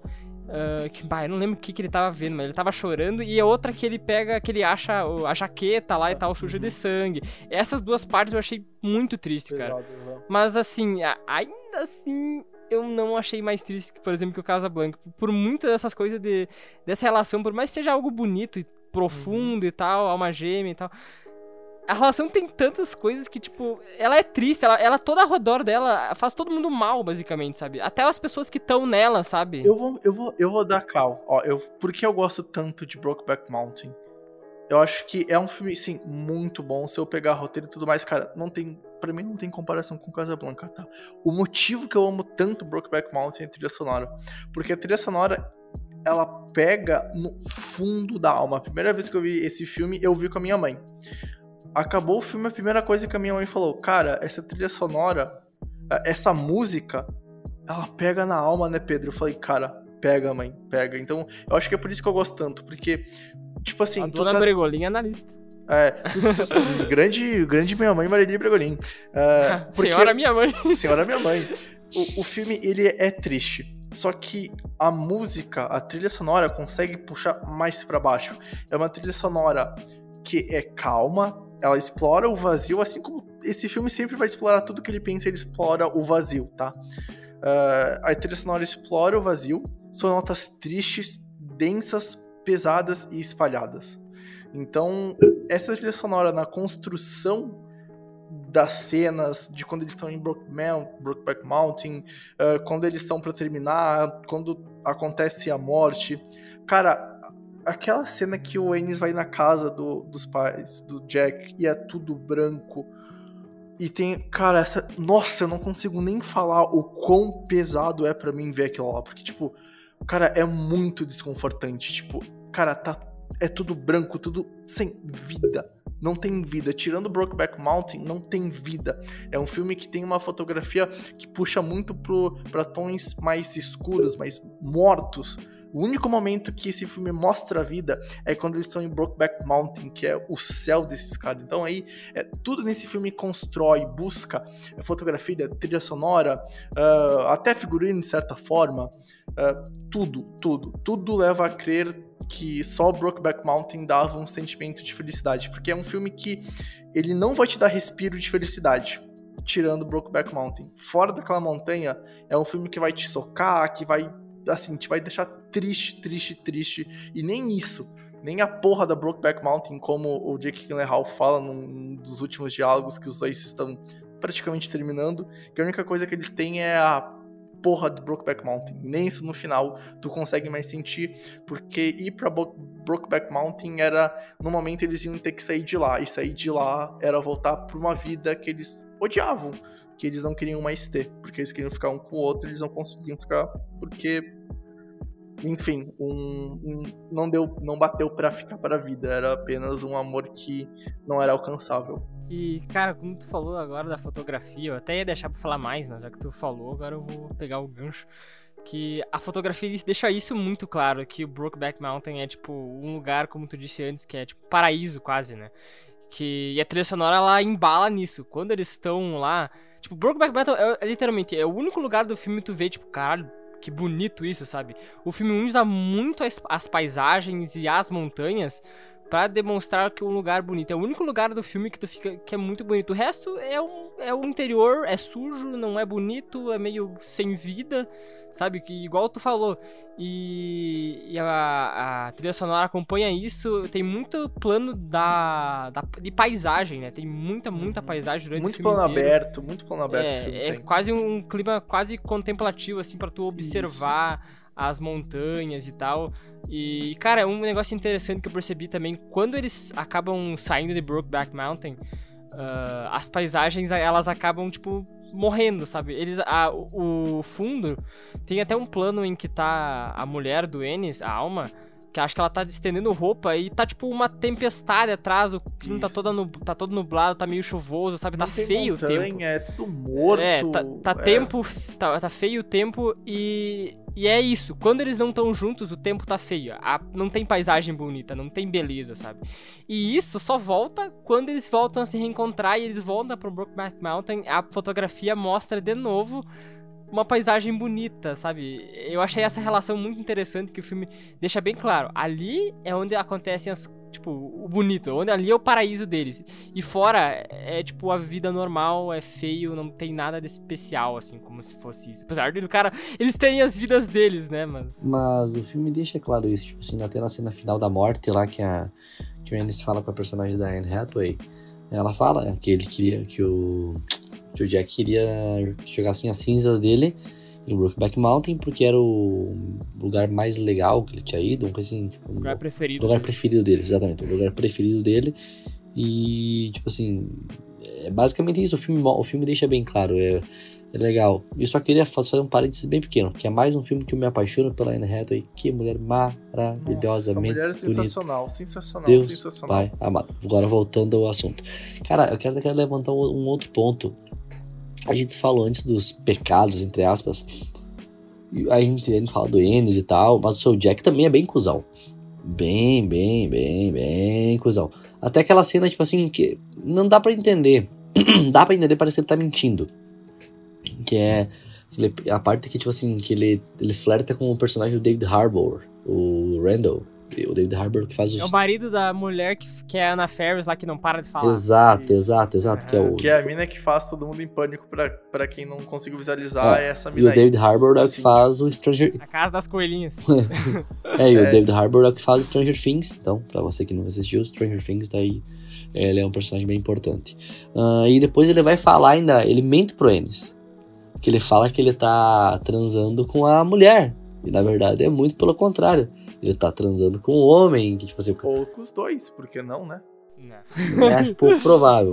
eu não lembro o que ele tava vendo, mas ele tava chorando. E a outra que ele pega, que ele acha a jaqueta lá e tal, suja de sangue. Essas duas partes eu achei muito triste, cara. Mas assim, ainda assim, eu não achei mais triste, por exemplo, que o Casablanca. Por muitas dessas coisas dessa relação, por mais que seja algo bonito e profundo e tal, alma gêmea e tal... A relação tem tantas coisas que, tipo, ela é triste, ela toda ao redor dela faz todo mundo mal, basicamente, sabe? Até as pessoas que estão nela, sabe? Eu vou dar cal. Ó, por que eu gosto tanto de Brokeback Mountain? Eu acho que é um filme, sim, muito bom. Se eu pegar roteiro e tudo mais, cara, pra mim não tem comparação com Casablanca, tá? O motivo que eu amo tanto Brokeback Mountain é a trilha sonora. Porque a trilha sonora, ela pega no fundo da alma. A primeira vez que eu vi esse filme, eu vi com a minha mãe. Acabou o filme, a primeira coisa que a minha mãe falou, cara, essa trilha sonora, essa música, ela pega na alma, né, Pedro? Eu falei, cara, pega, mãe, pega. Então, eu acho que é por isso que eu gosto tanto, porque, tipo assim... A dona Bregolin é analista. Grande minha mãe, Marilia Bregolin. Senhora minha mãe. Senhora minha mãe. O filme, ele é triste. Só que a música, a trilha sonora, consegue puxar mais pra baixo. É uma trilha sonora que é calma, ela explora o vazio, assim como esse filme sempre vai explorar tudo que ele pensa, ele explora o vazio, tá? A trilha sonora explora o vazio, são notas tristes, densas, pesadas e espalhadas. Então, essa trilha sonora na construção das cenas, de quando eles estão em Brokeback Mountain, quando eles estão pra terminar, quando acontece a morte, cara... Aquela cena que o Ennis vai na casa dos pais, do Jack, e é tudo branco. E tem, cara, nossa, eu não consigo nem falar o quão pesado é pra mim ver aquilo lá. Porque, tipo, cara, é muito desconfortante. Tipo, cara, é tudo branco, tudo sem vida. Não tem vida. Tirando Brokeback Mountain, não tem vida. É um filme que tem uma fotografia que puxa muito pra tons mais escuros, mais mortos. O único momento que esse filme mostra a vida é quando eles estão em Brokeback Mountain, que é o céu desses caras. Então aí, tudo nesse filme constrói, busca fotografia, trilha sonora, até figurino de certa forma. Tudo leva a crer que só Brokeback Mountain dava um sentimento de felicidade. Porque é um filme que ele não vai te dar respiro de felicidade, tirando Brokeback Mountain. Fora daquela montanha, é um filme que vai te socar, que vai... assim, te vai deixar triste, e nem isso, nem a porra da Brokeback Mountain, como o Jake Gyllenhaal fala num dos últimos diálogos, que os dois estão praticamente terminando, que a única coisa que eles têm é a porra de Brokeback Mountain. Nem isso no final tu consegue mais sentir, porque ir pra Brokeback Mountain era, no momento eles iam ter que sair de lá, e sair de lá era voltar pra uma vida que eles odiavam, que eles não queriam mais ter, porque eles queriam ficar um com o outro, eles não conseguiam ficar, porque, enfim, não bateu pra ficar para a vida, era apenas um amor que não era alcançável. E, cara, como tu falou agora da fotografia, eu até ia deixar pra falar mais, mas já que tu falou, agora eu vou pegar o gancho. Que a fotografia deixa isso muito claro, que o Brokeback Mountain é, tipo, um lugar, como tu disse antes, que é, tipo, paraíso quase, né? E a trilha sonora, ela embala nisso. Quando eles estão lá... Tipo, Brokeback Mountain, literalmente, é o único lugar do filme que tu vê, tipo, caralho, que bonito isso, sabe? O filme usa muito as paisagens e as montanhas pra demonstrar que é um lugar bonito. É o único lugar do filme que tu fica que é muito bonito. O resto é o interior, é sujo, não é bonito, é meio sem vida, sabe? Que igual tu falou. E a trilha sonora acompanha isso. Tem muito plano de paisagem, né? Tem muita paisagem durante o filme inteiro. Muito plano aberto esse filme tem. Quase um clima quase contemplativo, assim, pra tu observar as montanhas e tal. E, cara, um negócio interessante que eu percebi também, quando eles acabam saindo de Brokeback Mountain, as paisagens, elas acabam, tipo, morrendo, sabe? O fundo, tem até um plano em que tá a mulher do Ennis, a Alma, que acho que ela tá estendendo roupa e tá, tipo, uma tempestade atrás, o clima tá todo nublado, tá meio chuvoso, sabe? Não tá tem feio montanha, o tempo. É tudo morto. Tá feio o tempo e é isso. Quando eles não estão juntos, o tempo tá feio. Não tem paisagem bonita, não tem beleza, sabe? E isso só volta quando eles voltam a se reencontrar e eles voltam pro Brokeback Mountain. A fotografia mostra de novo uma paisagem bonita, sabe? Eu achei essa relação muito interessante que o filme deixa bem claro. Ali é onde acontecem tipo, o bonito, onde ali é o paraíso deles. E fora é tipo a vida normal, é feio, não tem nada de especial, assim, como se fosse isso. Apesar do cara, eles têm as vidas deles, né? Mas o filme deixa claro isso, tipo assim, até na cena final da morte lá que o Ennis fala com a personagem da Anne Hathaway. Ela fala que ele queria que o Jack queria jogar assim as cinzas dele em Brokeback Mountain, porque era o lugar mais legal que ele tinha ido, assim, tipo, o lugar preferido. O lugar preferido dele, exatamente, o lugar preferido dele. E, tipo assim, é basicamente isso, o filme deixa bem claro, é legal. Eu só queria fazer um parênteses bem pequeno, que é mais um filme que eu me apaixono pela Anne Hathaway, que mulher maravilhosamente bonita. Sensacional. Deus, sensacional. Pai amado. Agora voltando ao assunto. Cara, eu quero levantar um outro ponto. A gente falou antes dos pecados, entre aspas. A gente fala do Ennis e tal, mas o seu Jack também é bem cuzão. Bem cuzão. Até aquela cena, tipo assim, que não dá pra entender. Dá pra entender, parece que ele tá mentindo. Que é a parte que, tipo assim, que ele flerta com o personagem do David Harbour, o Randall. O David Harbour que faz os... É o marido da mulher que é a Anna Faris lá, que não para de falar. Exato. Que é a mina que faz todo mundo em pânico, pra quem não conseguiu visualizar, é essa mina aí. E o David Harbour é o que faz o Stranger... A Casa das Coelhinhas. E o David Harbour é o que faz o Stranger Things. Então, pra você que não assistiu, Stranger Things, daí ele é um personagem bem importante. E depois ele vai falar ainda, ele mente pro Ennis, que ele fala que ele tá transando com a mulher. E na verdade é muito pelo contrário. Ele tá transando com um homem, que tipo assim... Ou com os dois, por que não, né? Não. É pouco provável.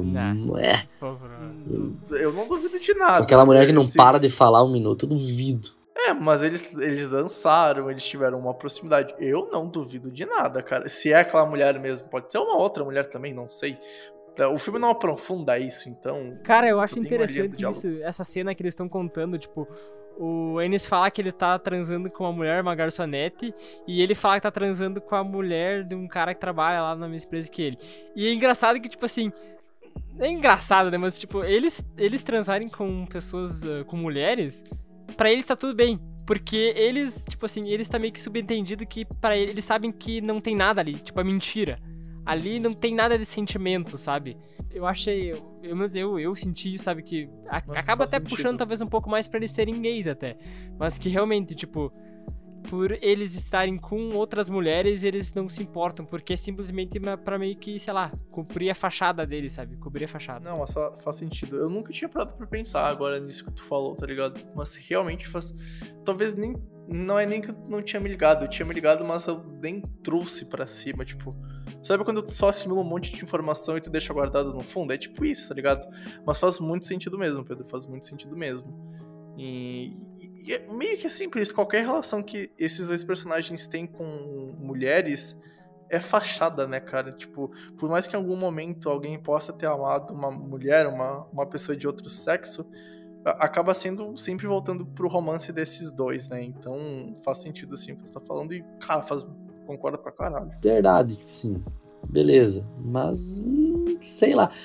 Eu não duvido de nada. Com aquela mulher que não para de falar um minuto, eu duvido. Mas eles dançaram, eles tiveram uma proximidade. Eu não duvido de nada, cara. Se é aquela mulher mesmo, pode ser uma outra mulher também, não sei. O filme não aprofunda isso, então... Cara, eu acho interessante isso, essa cena que eles estão contando, tipo... O Ennis fala que ele tá transando com uma mulher, uma garçonete, e ele fala que tá transando com a mulher de um cara que trabalha lá na mesma empresa que ele. E é engraçado que, tipo assim... É engraçado, né? Mas, tipo, eles transarem com pessoas, com mulheres, pra eles tá tudo bem. Porque eles, tipo assim, eles tá meio que subentendido que pra eles sabem que não tem nada ali. Tipo, é mentira. Ali não tem nada de sentimento, sabe? Eu achei... Eu senti, sabe, que... Acaba até puxando talvez um pouco mais pra eles serem gays até. Mas que realmente, tipo... por eles estarem com outras mulheres, eles não se importam, porque é simplesmente pra meio que, sei lá, cumprir a fachada deles, sabe? Cobrir a fachada. Não, mas faz sentido. Eu nunca tinha parado pra pensar agora nisso que tu falou, tá ligado? Mas realmente faz... Talvez nem... Não é nem que eu não tinha me ligado. Eu tinha me ligado, mas eu nem trouxe pra cima, tipo... Sabe quando tu só assimila um monte de informação e tu deixa guardado no fundo? É tipo isso, tá ligado? Mas faz muito sentido mesmo, Pedro. Faz muito sentido mesmo. E é meio que simples. Qualquer relação que esses dois personagens têm com mulheres é fachada, né, cara? Tipo, por mais que em algum momento alguém possa ter amado uma mulher, uma pessoa de outro sexo, acaba sendo sempre voltando pro romance desses dois, né? Então faz sentido assim o que tu tá falando e, cara, concorda pra caralho. Verdade, tipo assim, beleza. Mas, sei lá.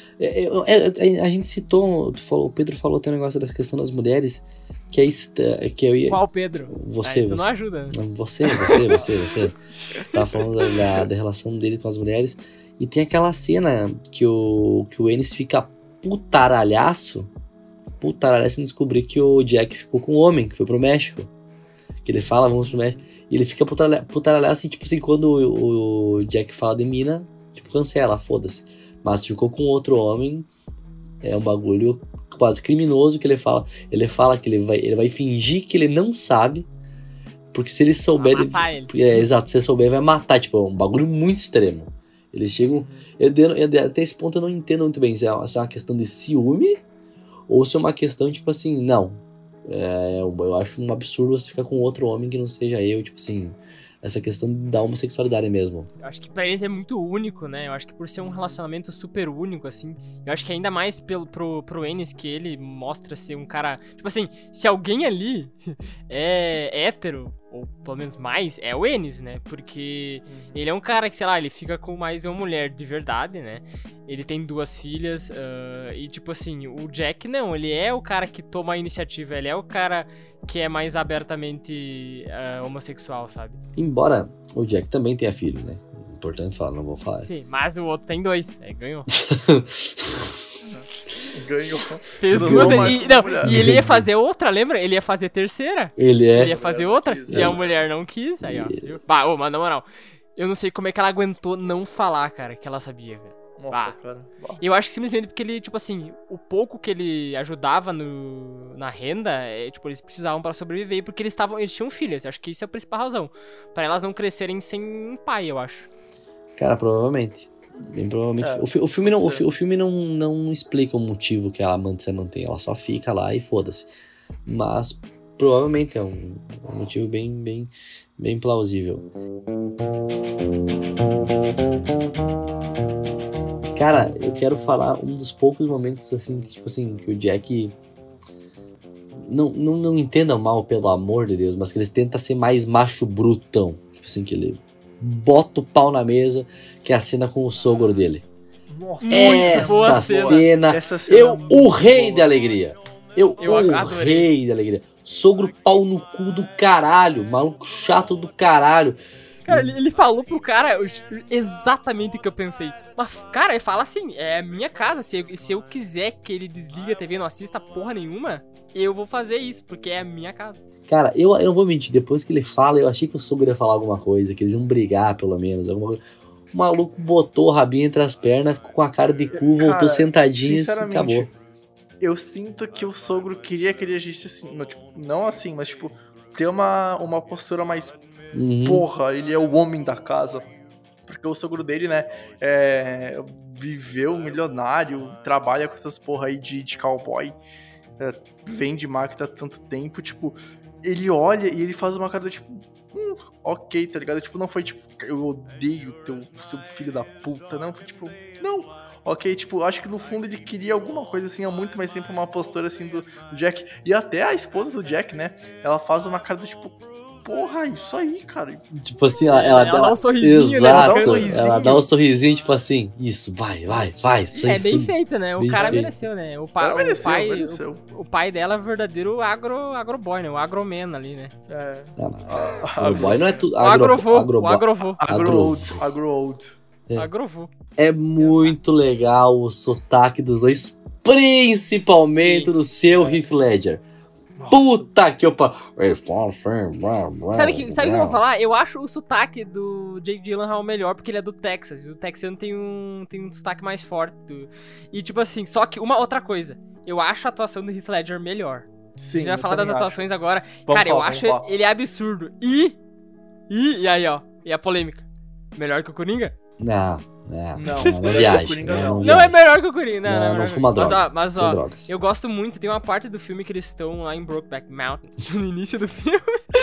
A gente citou, o Pedro falou até um negócio dessa questão das mulheres, que eu ia... Qual Pedro? Você, tu não ajuda. Você. Você tava falando da relação dele com as mulheres. E tem aquela cena que o Ennis fica putaralhaço em descobrir que o Jack ficou com um homem, que foi pro México. Que ele fala, vamos pro México. E ele fica putaralhaço assim, tipo assim, quando o Jack fala de mina, tipo, cancela, foda-se. Mas ficou com outro homem, é um bagulho quase criminoso que ele fala. Ele fala que ele vai fingir que ele não sabe, porque se ele souber... Vai matar ele. Exato, se ele souber, ele vai matar. Tipo, é um bagulho muito extremo. Eles chegam... Até esse ponto eu não entendo muito bem se é uma questão de ciúme ou se é uma questão, tipo assim, não. Eu acho um absurdo você ficar com outro homem que não seja eu, tipo assim... Essa questão da homossexualidade mesmo. Eu acho que pra eles é muito único, né? Eu acho que por ser um relacionamento super único, assim... Eu acho que ainda mais pro Ennis, que ele mostra ser um cara... Tipo assim, se alguém ali é hétero, ou pelo menos mais, é o Ennis, né? Porque ele é um cara que, sei lá, ele fica com mais de uma mulher de verdade, né? Ele tem 2 filhas, e tipo assim, o Jack não, ele é o cara que toma a iniciativa, ele é o cara que é mais abertamente homossexual, sabe? Embora o Jack também tenha filho, né? Importante falar, não vou falar. Sim, mas o outro tem 2, ganhou. Ganhou. Fez 2 e ele ia fazer outra, lembra? Ele ia fazer terceira. Ele ia fazer outra e a mulher não quis. Aí, ó. Viu? Mas na moral, eu não sei como é que ela aguentou não falar, cara, que ela sabia, velho. Nossa, cara. Eu acho que simplesmente porque ele, tipo assim, o pouco que ele ajudava na renda, tipo, eles precisavam pra sobreviver, porque eles tinham filhas. Acho que isso é a principal razão. Pra elas não crescerem sem um pai, eu acho. Cara, provavelmente. Bem provavelmente. O filme não explica o motivo que ela se mantém. Ela só fica lá e foda-se. Mas provavelmente é um motivo bem plausível. Cara, eu quero falar um dos poucos momentos assim que, tipo assim, que o Jack não entenda mal, pelo amor de Deus, mas que ele tenta ser mais macho brutão. Tipo assim, que ele bota o pau na mesa, que é a cena com o sogro dele. Nossa, essa cena eu urrei de alegria. Eu urrei de alegria. Sogro pau no cu do caralho, maluco chato do caralho. Cara, ele falou pro cara exatamente o que eu pensei. Mas, cara, ele fala assim, é a minha casa, se eu quiser que ele desligue a TV e não assista porra nenhuma, eu vou fazer isso, porque é a minha casa. Cara, eu não vou mentir, depois que ele fala, eu achei que o sogro ia falar alguma coisa, que eles iam brigar, pelo menos, alguma coisa. O maluco botou o rabinho entre as pernas, ficou com a cara de cu, voltou sentadinho e acabou. Eu sinto que o sogro queria que ele agisse assim, não assim, mas tipo, ter uma postura mais... Porra, ele é o homem da casa. Porque o sogro dele, né, viveu milionário, trabalha com essas porra aí de cowboy, vende máquina há tanto tempo, tipo, ele olha e ele faz uma cara do tipo, ok, tá ligado? Tipo, não foi tipo, eu odeio seu filho da puta, não, foi tipo, não, ok, tipo, acho que no fundo ele queria alguma coisa assim, há muito mais tempo, uma postura assim do Jack, e até a esposa do Jack, né, ela faz uma cara do tipo, porra, isso aí, cara. Tipo assim, ela dá um sorrisinho, exato, né? Ela dá um sorrisinho, tipo assim, isso, vai. É bem feito, né? O cara mereceu, né? Mereceu. O pai dela é o verdadeiro agroboy, né? O agroman ali, né? Agroboy não é tudo. O agrovô. Agro-old. Agrovô. É muito legal o sotaque dos dois, principalmente do seu Heath Ledger. Puta que eu... Sabe o que eu vou falar? Eu acho o sotaque do Jake Gyllenhaal melhor porque ele é do Texas. E o texano tem um sotaque mais forte. E tipo assim, só que uma outra coisa. Eu acho a atuação do Heath Ledger melhor. Sim, A gente vai falar das atuações agora. Vamos Cara, eu falar, acho vamos falar. ele absurdo. E aí, ó. E a polêmica? Melhor que o Coringa? Não Não, viagem. Coringa né, não. Não é melhor que o Coringa. Não, Não fuma droga. Mas sem ó, drogas. eu gosto muito. Tem uma parte do filme que eles estão lá em Brokeback Mountain, no início do filme.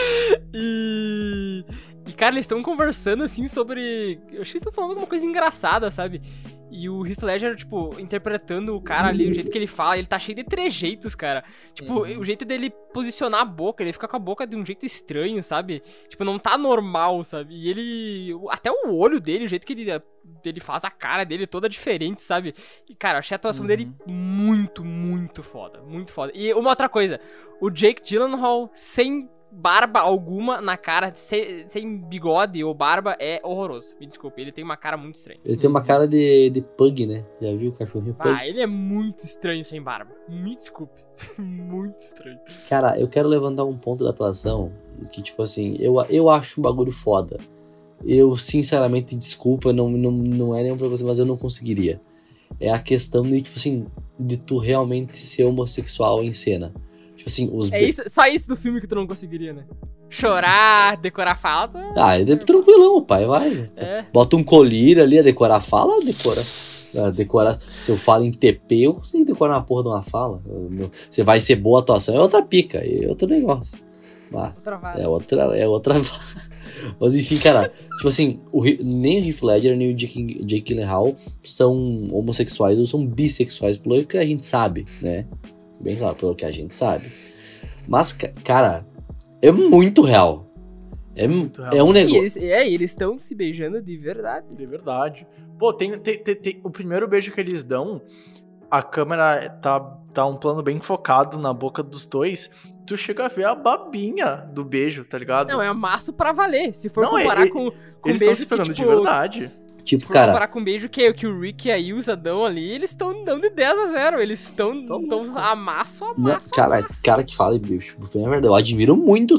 E cara, eles estão conversando assim sobre... Eu acho que eles estão falando alguma coisa engraçada, sabe? E o Heath Ledger, tipo, interpretando o cara ali, o jeito que ele fala, ele tá cheio de trejeitos, cara. Tipo, o jeito dele posicionar a boca, ele fica com a boca de um jeito estranho, sabe? Tipo, não tá normal, sabe? E ele... Até o olho dele, o jeito que ele faz a cara dele toda diferente, sabe? E, cara, eu achei a atuação dele muito, muito foda. Muito foda. E uma outra coisa, o Jake Gyllenhaal sem barba alguma na cara, sem bigode ou barba, é horroroso. Me desculpe, ele tem uma cara muito estranha. Ele tem uma cara de pug, né? Já viu o cachorrinho pug? Ah, ele é muito estranho sem barba. Me desculpe. Muito estranho. Cara, eu quero levantar um ponto da atuação que, tipo assim, eu acho um bagulho foda. Eu, sinceramente, desculpa, não é nenhum pra você, mas eu não conseguiria. É a questão de, tipo assim, de tu realmente ser homossexual em cena. Tipo assim, Só isso do filme que tu não conseguiria, né? Chorar, decorar fala. Ah, é tranquilão, pai, vai. É. Bota um colírio ali, a decorar fala, decorar. Se eu falo em TP, eu consigo decorar uma porra de uma fala. Você vai ser boa atuação, é outra pica, é outro negócio. Mas é outra Mas enfim, cara, tipo assim, nem o Heath Ledger nem o Jake Gyllenhaal são homossexuais ou são bissexuais, pelo que a gente sabe, né? Bem claro, pelo que a gente sabe. Mas, cara, é muito real. É um negócio. Eles estão se beijando de verdade. De verdade. Pô, tem o primeiro beijo que eles dão, a câmera tá um plano bem focado na boca dos dois. Tu chega a ver a babinha do beijo, tá ligado? Não, é amasso pra valer. Se for comparar com eles beijo estão se pegando que, de verdade. Se for comparar com o beijo que o Rick e a Ilsa dão ali, eles estão dando de 10-0. Eles estão amasso. Cara que fala, tipo, é verdade. Eu admiro muito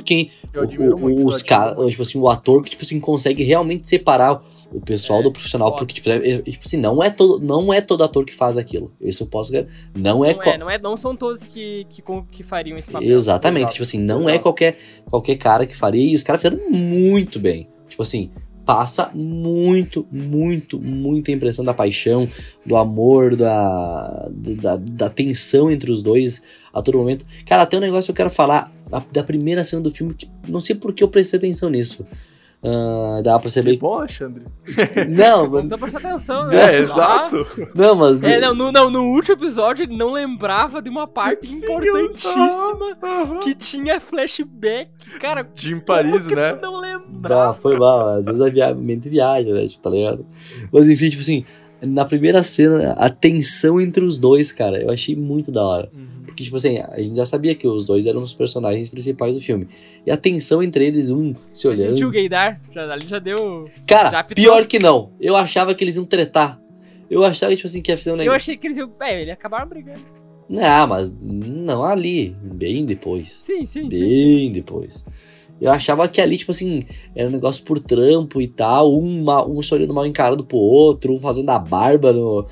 os caras, tipo assim, o ator que, tipo assim, consegue realmente separar o pessoal do profissional, porque, tipo assim, não é todo ator que faz aquilo. Isso eu posso dizer. Não são todos que fariam esse papel. Exatamente. Exato. Tipo assim, não é qualquer cara que faria, e os caras fizeram muito bem. Tipo assim, passa muita impressão da paixão, do amor, da tensão entre os dois a todo momento. Cara, tem um negócio que eu quero falar da primeira cena do filme, que não sei por que eu prestei atenção nisso. Dá pra perceber. Que bom, Alexandre. Não, não dá pra prestar atenção, né? Exato. Não, mas. No último episódio ele não lembrava de uma parte importantíssima que tinha flashback. Cara, de em Paris, né? Tu não lembrava? Foi mal, às vezes a mente viaja, né? Tá ligado? Mas enfim, tipo assim, na primeira cena, a tensão entre os dois, cara, eu achei muito da hora. Porque, tipo assim, a gente já sabia que os dois eram os personagens principais do filme. E a tensão entre eles, se olhando... Sentiu o gaydar? Ali já deu... Cara, já pior que não. Eu achava que eles iam tretar. Eu achava, tipo assim, que ia fazer um negócio... Eu achei que eles iam... eles acabaram brigando. Não, mas não ali. Bem depois. Sim. Depois. Eu achava que ali, tipo assim, era um negócio por trampo e tal, um se olhando mal encarado pro outro, um fazendo a barba no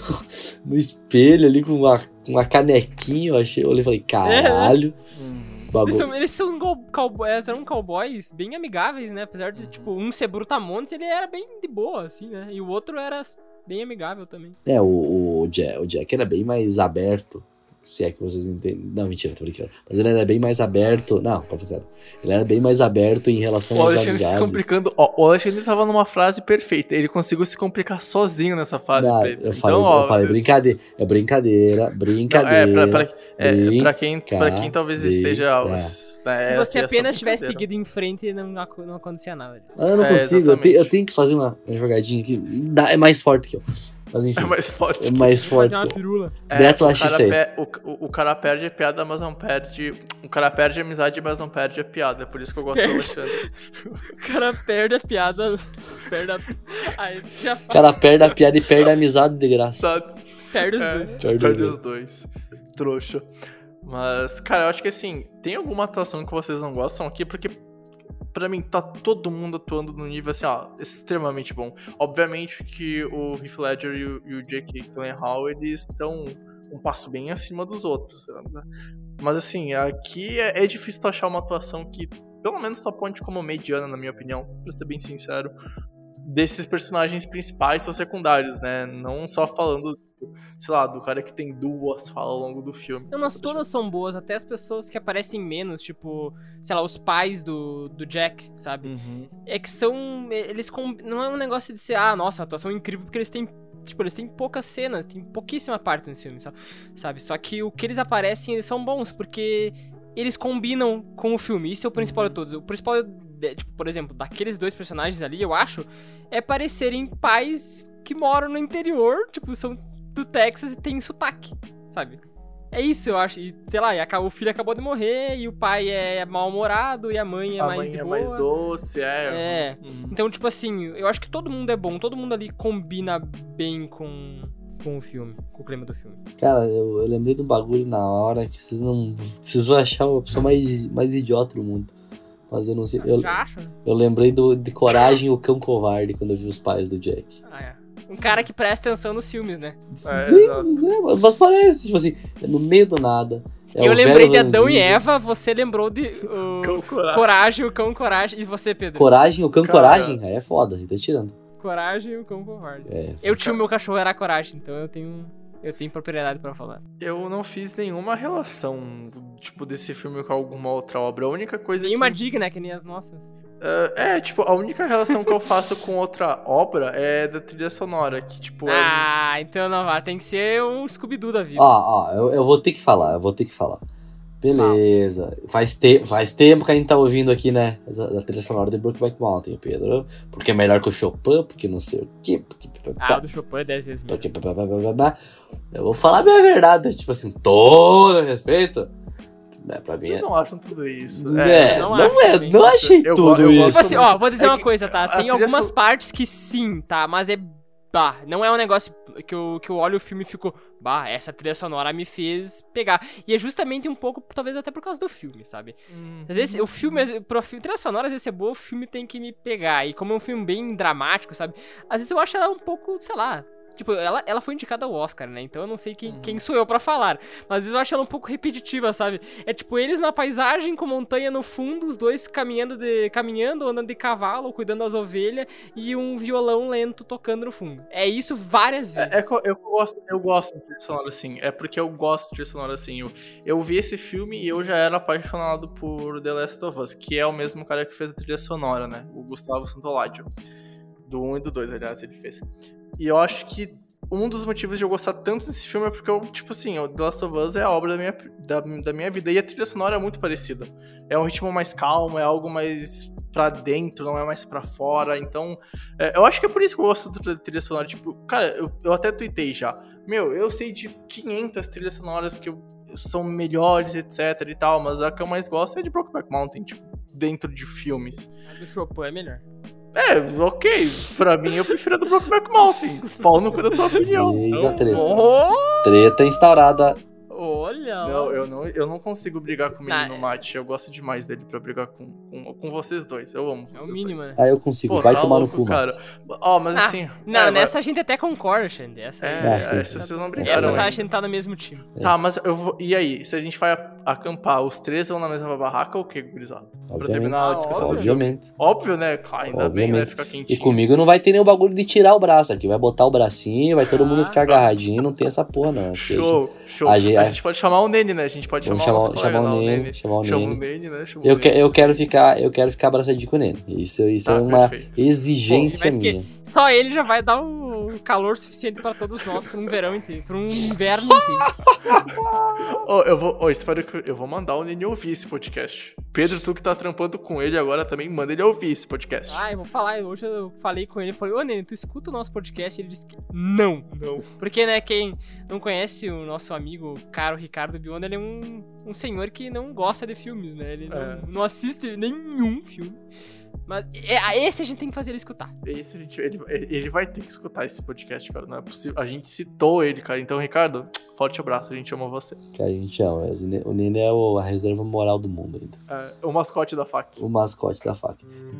espelho ali com uma canequinha, eu olhei e falei, caralho. Eles eram cowboys bem amigáveis, né? Apesar de, tipo, um ser brutamontes, ele era bem de boa, assim, né? E o outro era bem amigável também. O Jack era bem mais aberto. Se é que vocês não entendem. Não, mentira, tô brincando. Mas ele era bem mais aberto. Não, pra fazer. Ele era bem mais aberto em relação às amizades. O Alexandre se complicando. O Alexandre tava numa frase perfeita. Ele conseguiu se complicar sozinho nessa fase. Não, eu falei brincadeira. É brincadeira. Pra quem talvez esteja. Se você apenas tivesse seguido em frente, não acontecia nada disso. Eu não consigo. Eu tenho que fazer uma jogadinha aqui. É mais forte que eu. Mas enfim. É mais forte. Fazer uma firula. O cara perde a piada, mas não perde. O cara perde a amizade, mas não perde a piada. É por isso que eu gosto do Alexandre. O cara perde a piada. O cara perde a piada e perde a amizade de graça. Sabe? Perde os dois. Perde os dois. Trouxa. Mas, cara, eu acho que assim, tem alguma atuação que vocês não gostam aqui, porque pra mim tá todo mundo atuando no nível assim, ó, extremamente bom. Obviamente que o Heath Ledger e o Jake Gyllenhaal, eles estão um passo bem acima dos outros, né? Mas assim, aqui é difícil tu achar uma atuação que pelo menos tu aponte como mediana, na minha opinião, pra ser bem sincero, desses personagens principais ou secundários, né? Não só falando, sei lá, do cara que tem 2 falas ao longo do filme. Não, mas todas são boas, até as pessoas que aparecem menos, tipo, sei lá, os pais do Jack, sabe? Uhum. É que são. Não é um negócio de ser, nossa, a atuação é incrível, porque eles têm. Tipo, eles têm poucas cenas, tem pouquíssima parte nesse filme, sabe? Só que o que eles aparecem, eles são bons, porque eles combinam com o filme. Isso é o principal de todos. O principal, tipo, por exemplo, daqueles 2 personagens ali, eu acho, é parecerem pais que moram no interior, tipo, são do Texas e tem sotaque, sabe? É isso, eu acho. E, sei lá, o filho acabou de morrer e o pai é mal-humorado e a mãe é mais de boa. A mãe é mais doce, Uhum. Então, tipo assim, eu acho que todo mundo é bom, todo mundo ali combina bem com o filme, com o clima do filme. Cara, eu lembrei do bagulho na hora que vocês vão achar uma pessoa mais idiota do mundo. Mas eu não sei. Já acho? Eu lembrei de Coragem, o Cão Covarde, quando eu vi os pais do Jack. Um cara que presta atenção nos filmes, né? Sim, mas parece, tipo assim, é no meio do nada. Eu lembrei de Adão e Eva, você lembrou de Coragem, o Cão Coragem. E você, Pedro? Coragem, o Cão Coragem? Aí é foda, a gente tá tirando. Coragem e o Cão Covarde. Eu tinha o meu cachorro, era Coragem, então eu tenho propriedade pra falar. Eu não fiz nenhuma relação, tipo, desse filme com alguma outra obra. A única coisa Nenhuma digna, que nem as nossas. Tipo, a única relação que eu faço com outra obra é da trilha sonora, que, tipo... então não vai, tem que ser um Scooby-Doo da vida. Eu vou ter que falar. Beleza. Faz tempo que a gente tá ouvindo aqui, né, da trilha sonora de Brokeback Mountain, Pedro. Porque é melhor que o Chopin, porque não sei o quê. O do Chopin é 10 vezes melhor. Eu vou falar a minha verdade, tipo assim, todo respeito. Pra mim Vocês não acham tudo isso? Não achei tudo isso. Tipo assim, vou dizer uma coisa, tá? Tem algumas partes que sim, tá? Mas não é um negócio que eu olho o filme e fico, essa trilha sonora me fez pegar. E é justamente um pouco, talvez até por causa do filme, sabe? Às vezes o filme, trilha sonora às vezes é boa, o filme tem que me pegar. E como é um filme bem dramático, sabe? Às vezes eu acho ela um pouco, sei lá... Tipo, ela foi indicada ao Oscar, né? Então eu não sei quem sou eu pra falar. Mas às vezes eu acho ela um pouco repetitiva, sabe? É tipo, eles na paisagem, com montanha no fundo, os dois caminhando, andando de cavalo, cuidando das ovelhas, e um violão lento tocando no fundo. É isso várias vezes. Eu gosto de trilha sonora assim. É porque eu gosto de trilha sonora assim. Eu vi esse filme e eu já era apaixonado por The Last of Us, que é o mesmo cara que fez a trilha sonora, né? O Gustavo Santaolalla. Do 1 e do 2, aliás, ele fez. E eu acho que um dos motivos de eu gostar tanto desse filme é porque eu, tipo assim, o The Last of Us é a obra da minha vida e a trilha sonora é muito parecida. É um ritmo mais calmo, é algo mais pra dentro, não é mais pra fora. Então, eu acho que é por isso que eu gosto da trilha sonora. Tipo, cara, eu até tuitei já. Eu sei de 500 trilhas sonoras que são melhores, etc e tal, mas a que eu mais gosto é de Brokeback Mountain, tipo, dentro de filmes. A do Chopin é melhor. Ok. Pra mim, eu prefiro a do Brokeback Mountain. Pau no cu da tua opinião. Eis a treta. Treta instaurada. Olha. Não, eu não consigo brigar com o menino Mate. Eu gosto demais dele pra brigar com vocês dois. Eu amo vocês dois. É o mínimo, né? Eu consigo. Vai tomar no cu, cara. Mas assim... Não, nessa a gente até concorda, Xande. Essa vocês não brigaram. Essa a gente tá no mesmo time. Tá, mas eu vou... E aí? Se a gente vai acampar, os 3 vão na mesma barraca ou o que, gurizada? Pra terminar a discussão. Obviamente. Óbvio, né? Claro, ainda bem, vai ficar quentinho. E comigo não vai ter nem o bagulho de tirar o braço aqui. Vai botar o bracinho, vai todo mundo ficar agarradinho. Não tem essa porra, não. Show. A gente pode chamar o Nene, né? A gente pode chamar o Nene. Chama o Nene, né? Eu quero ficar abraçadinho com o Nene. Isso é uma exigência minha. Só ele já vai dar um calor suficiente pra todos nós por um verão inteiro, por um inverno inteiro. Eu vou mandar o Nene ouvir esse podcast. Pedro, tu que tá trampando com ele agora também, manda ele ouvir esse podcast. Eu vou falar. Hoje eu falei com ele, falei, Nene, tu escuta o nosso podcast? Ele disse que não. Porque, né, quem não conhece o nosso amigo caro Ricardo Biondo, ele é um senhor que não gosta de filmes, né? Ele não assiste nenhum filme. Mas esse a gente tem que fazer ele escutar. Ele vai ter que escutar esse podcast, cara. Não é possível. A gente citou ele, cara. Então, Ricardo, forte abraço. A gente ama você. Cara, a gente ama. O Nene é a reserva moral do mundo ainda. O mascote da FAC. O mascote da FAC.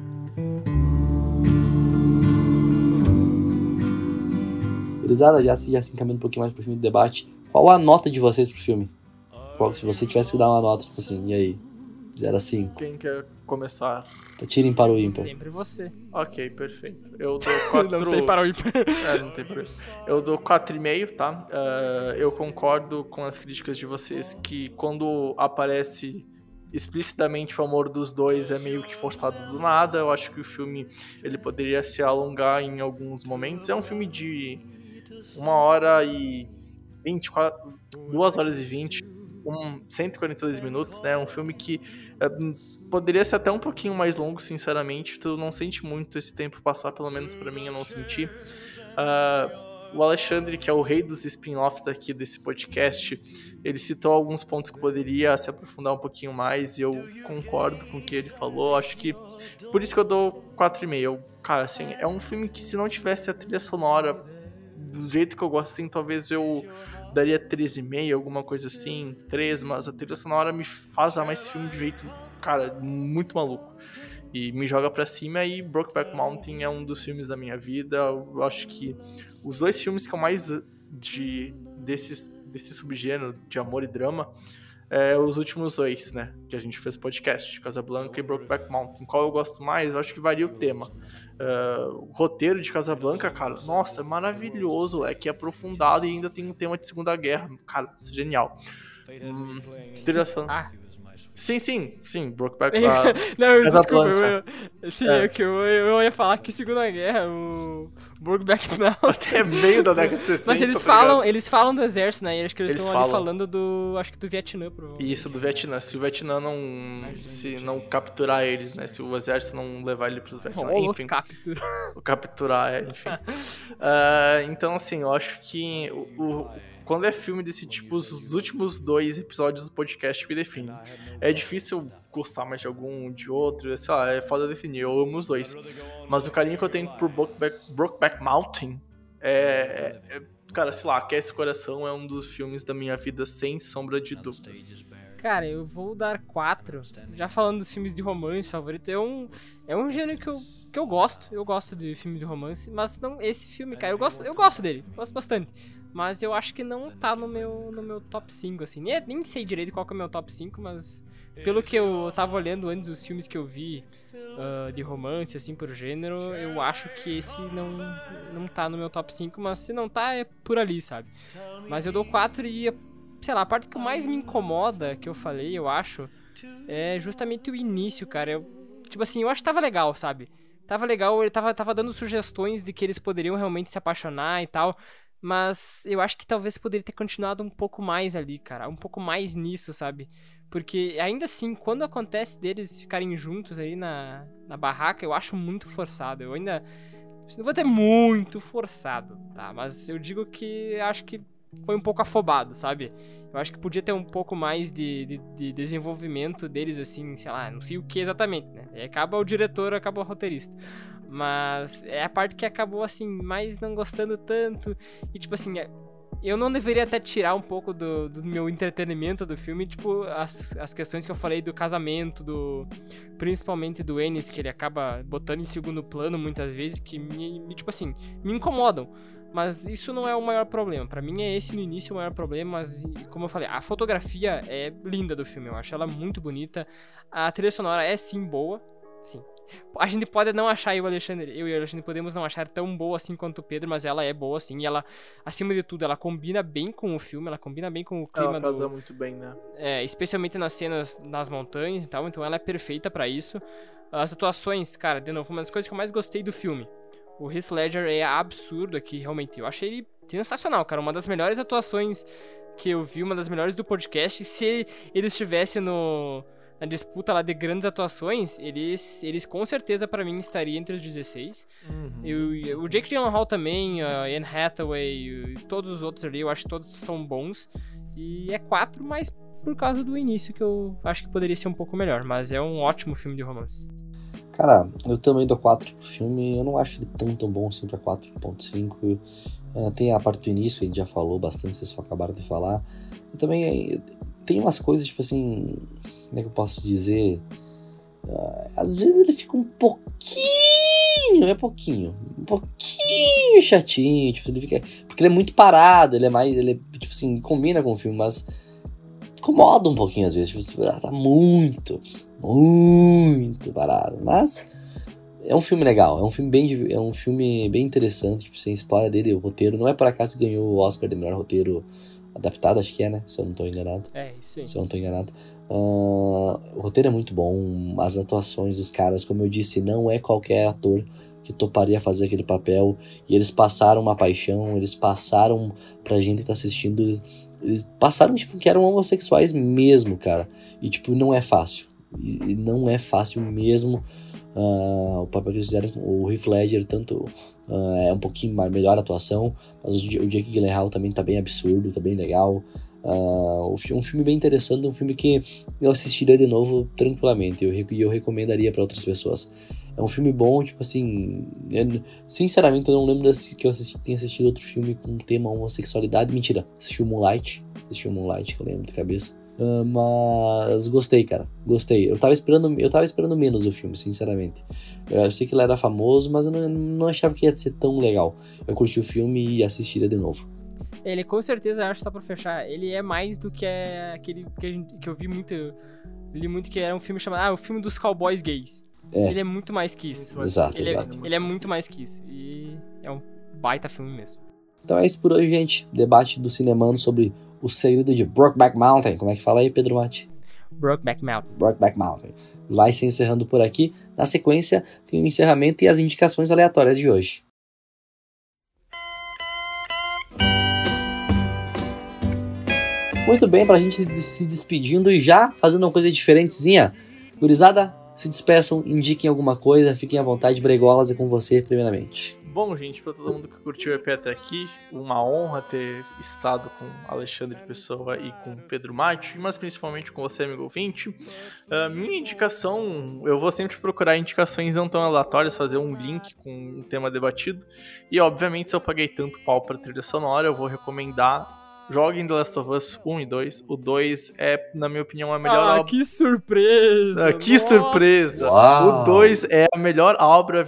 Gurizada, já se encaminhando um pouquinho mais pro filme do debate, qual a nota de vocês pro filme? Se você tivesse que dar uma nota, tipo assim, e aí? 0 a 5. Quem quer começar? Tirem para o ímpar. Sempre você. Ok, perfeito. Eu dou 4... Não tem para o ímpar. Não tem para o ímpar. Eu dou 4,5, tá? Eu concordo com as críticas de vocês que quando aparece explicitamente o amor dos dois é meio que forçado do nada. Eu acho que o filme ele poderia se alongar em alguns momentos. É um filme de 1 hora e 24, 2 horas e 20, 142 minutos, né? Um filme que poderia ser até um pouquinho mais longo, sinceramente. Tu não sente muito esse tempo passar, pelo menos pra mim eu não senti. O Alexandre, que é o rei dos spin-offs aqui desse podcast, ele citou alguns pontos que poderia se aprofundar um pouquinho mais, e eu concordo com o que ele falou. Acho que por isso que eu dou 4,5. Cara, assim, é um filme que se não tivesse a trilha sonora do jeito que eu gosto, assim, talvez eu daria 3,5, alguma coisa assim, 3, mas a trilha sonora me faz amar esse filme de um jeito, cara, muito maluco. E me joga pra cima, e Brokeback Mountain é um dos filmes da minha vida. Eu acho que os 2 filmes que eu mais desse subgênero de amor e drama os últimos 2, né, que a gente fez podcast, Casablanca e Brokeback Mountain. Qual eu gosto mais? Eu acho que varia o tema. O roteiro de Casablanca, cara, nossa, é maravilhoso, é aprofundado e ainda tem um tema de Segunda Guerra, cara, isso é genial. Sim, Brokeback Não, desculpa, eu ia falar que Segunda Guerra, o Brokeback Mountain. Até meio da década de 60. Mas eles falam do exército, né? E acho que eles estão ali falando do Vietnã, provavelmente. Isso, do Vietnã. Se o Vietnã não capturar eles, né? Se o exército não levar ele pro Vietnã, enfim. Capturar, enfim. Então, assim, eu acho que quando é filme desse tipo, os últimos 2 episódios do podcast me definem. É difícil gostar mais de algum, de outro, sei lá, é foda definir, eu amo os 2. Mas o carinho que eu tenho por Brokeback Mountain cara, sei lá, aquece o coração, é um dos filmes da minha vida sem sombra de dúvidas. Cara, eu vou dar 4. Já falando dos filmes de romance favorito, é um gênero que eu gosto. Eu gosto de filme de romance, mas não esse filme, cara, eu gosto dele, gosto bastante. Mas eu acho que não tá no meu top 5, assim. Nem sei direito qual que é o meu top 5, mas pelo que eu tava olhando antes, os filmes que eu vi de romance, assim, por gênero, eu acho que esse não tá no meu top 5, mas se não tá, é por ali, sabe? Mas eu dou 4 e, sei lá, a parte que mais me incomoda, que eu falei, eu acho, é justamente o início, cara. Tipo assim, eu acho que tava legal, sabe? Tava legal, ele tava dando sugestões de que eles poderiam realmente se apaixonar e tal. Mas eu acho que talvez poderia ter continuado um pouco mais ali, cara. Um pouco mais nisso, sabe? Porque ainda assim, quando acontece deles ficarem juntos aí na barraca, eu acho muito forçado. Eu ainda... não vou dizer muito forçado, tá? Mas eu digo que acho que foi um pouco afobado, sabe? Eu acho que podia ter um pouco mais de desenvolvimento deles, assim, sei lá, não sei o que exatamente, né? Aí acaba o diretor, acaba o roteirista. Mas é a parte que acabou, assim, mais não gostando tanto. E, tipo assim, eu não deveria até tirar um pouco do meu entretenimento do filme, tipo, as questões que eu falei do casamento, principalmente do Ennis, que ele acaba botando em segundo plano muitas vezes, que tipo assim, me incomodam. Mas isso não é o maior problema. Pra mim é esse no início o maior problema, mas como eu falei, a fotografia é linda do filme, eu acho ela muito bonita. A trilha sonora é sim boa, sim. A gente pode não achar, eu e o Alexandre podemos não achar tão boa assim quanto o Pedro, mas ela é boa sim, e ela, acima de tudo, ela combina bem com o filme, ela combina bem com o clima. Ela casa muito bem, né? Especialmente nas cenas nas montanhas e tal, então ela é perfeita pra isso. As atuações, cara, de novo, uma das coisas que eu mais gostei do filme. O Heath Ledger é absurdo aqui, realmente, eu achei ele sensacional, cara, uma das melhores atuações que eu vi, uma das melhores do podcast. Se ele estivesse na disputa lá de grandes atuações, eles com certeza pra mim estariam entre os 16. O Jake Gyllenhaal também, a Anne Hathaway e todos os outros ali, eu acho que todos são bons. E é 4, mas por causa do início que eu acho que poderia ser um pouco melhor. Mas é um ótimo filme de romance. Cara, eu também dou 4 pro filme. Eu não acho ele tão bom assim pra 4.5. Tem a parte do início que a gente já falou bastante, vocês acabaram de falar. E também tem umas coisas, tipo assim, como é que eu posso dizer? Às vezes ele fica um pouquinho chatinho, tipo, ele fica, porque ele é muito parado, ele tipo assim, combina com o filme, mas incomoda um pouquinho às vezes, tipo, tá muito parado, mas é um filme legal, é um filme bem interessante, tipo, assim, a história dele, o roteiro, não é por acaso que ganhou o Oscar de melhor roteiro adaptado, acho que é, né, se eu não tô enganado. Isso aí. Se eu não tô enganado. O roteiro é muito bom, as atuações dos caras, como eu disse, não é qualquer ator que toparia fazer aquele papel, e eles passaram uma paixão, eles passaram pra gente que tá assistindo, eles passaram, tipo, que eram homossexuais mesmo, cara, e, tipo, não é fácil, e não é fácil mesmo. O papel que eles fizeram com o Heath Ledger, tanto é um pouquinho melhor a atuação, mas o Jake Gyllenhaal também tá bem absurdo, tá bem legal. Um filme bem interessante, um filme que eu assistiria de novo tranquilamente, e eu recomendaria para outras pessoas. É um filme bom, tipo assim, sinceramente eu não lembro que eu tenha assistido outro filme com tema homossexualidade. Mentira, assisti o Moonlight, que eu lembro de cabeça. Mas gostei, cara, gostei. Eu tava esperando menos o filme, sinceramente. Eu sei que ele era famoso, mas eu não achava que ia ser tão legal. Eu curti o filme e assistiria de novo. Ele com certeza, acho, só pra fechar, ele é mais do que aquele que eu vi muito, li muito, que era um filme chamado o filme dos cowboys gays. Ele é muito mais que isso. Exato. Ele é muito mais que isso. E é um baita filme mesmo. Então é isso por hoje, gente. Debate do Cinemano sobre O Segredo de Brokeback Mountain. Como é que fala aí, Pedro Mate? Brokeback Mountain. Vai se encerrando por aqui. Na sequência, tem o encerramento e as indicações aleatórias de hoje. Muito bem, pra gente se despedindo e já fazendo uma coisa diferentezinha. Gurizada, se despeçam, indiquem alguma coisa, fiquem à vontade. Bregolas, é com você primeiramente. Bom, gente, pra todo mundo que curtiu o EP até aqui, uma honra ter estado com Alexandre Pessoa e com Pedro Mate, mas principalmente com você, amigo ouvinte. Minha indicação, eu vou sempre procurar indicações não tão aleatórias, fazer um link com um tema debatido, e obviamente se eu paguei tanto pau pra trilha sonora, eu vou recomendar: joguem The Last of Us 1 e 2. O 2 é, na minha opinião, a melhor obra. Que surpresa! Que surpresa! Uau. O 2 é a melhor obra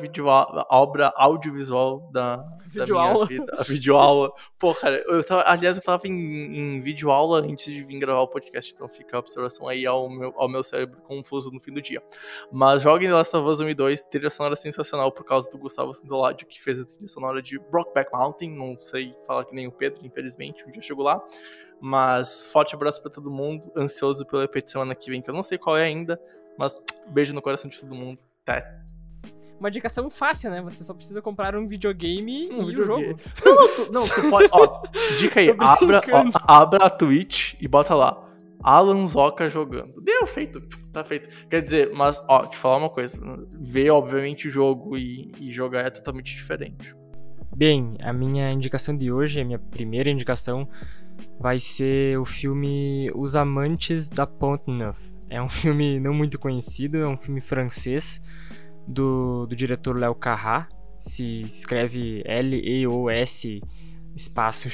audiovisual da minha vida. A videoaula. Pô, cara, eu tava em videoaula antes de vir gravar o podcast, então fica a observação aí ao meu cérebro confuso no fim do dia. Mas joguem The Last of Us 1 e 2, trilha sonora sensacional por causa do Gustavo Santaolalla, que fez a trilha sonora de Brokeback Mountain. Não sei falar que nem o Pedro, infelizmente, um dia chegou lá. Mas forte abraço pra todo mundo, ansioso pela EP de semana que vem, que eu não sei qual é ainda, mas beijo no coração de todo mundo. Até. Uma indicação fácil, né? Você só precisa comprar um videogame e o jogo. Não, tu pode. Ó, dica aí, abra a Twitch e bota lá Alan Zoca jogando. Deu, feito. Tá feito. Quer dizer, mas, ó, te falar uma coisa. Ver, obviamente, o jogo e jogar é totalmente diferente. Bem, a minha indicação de hoje, a minha primeira indicação, vai ser o filme Os Amantes da Pont-Neuf. É um filme não muito conhecido, é um filme francês do diretor Léo Carrat. Se escreve Leos espaço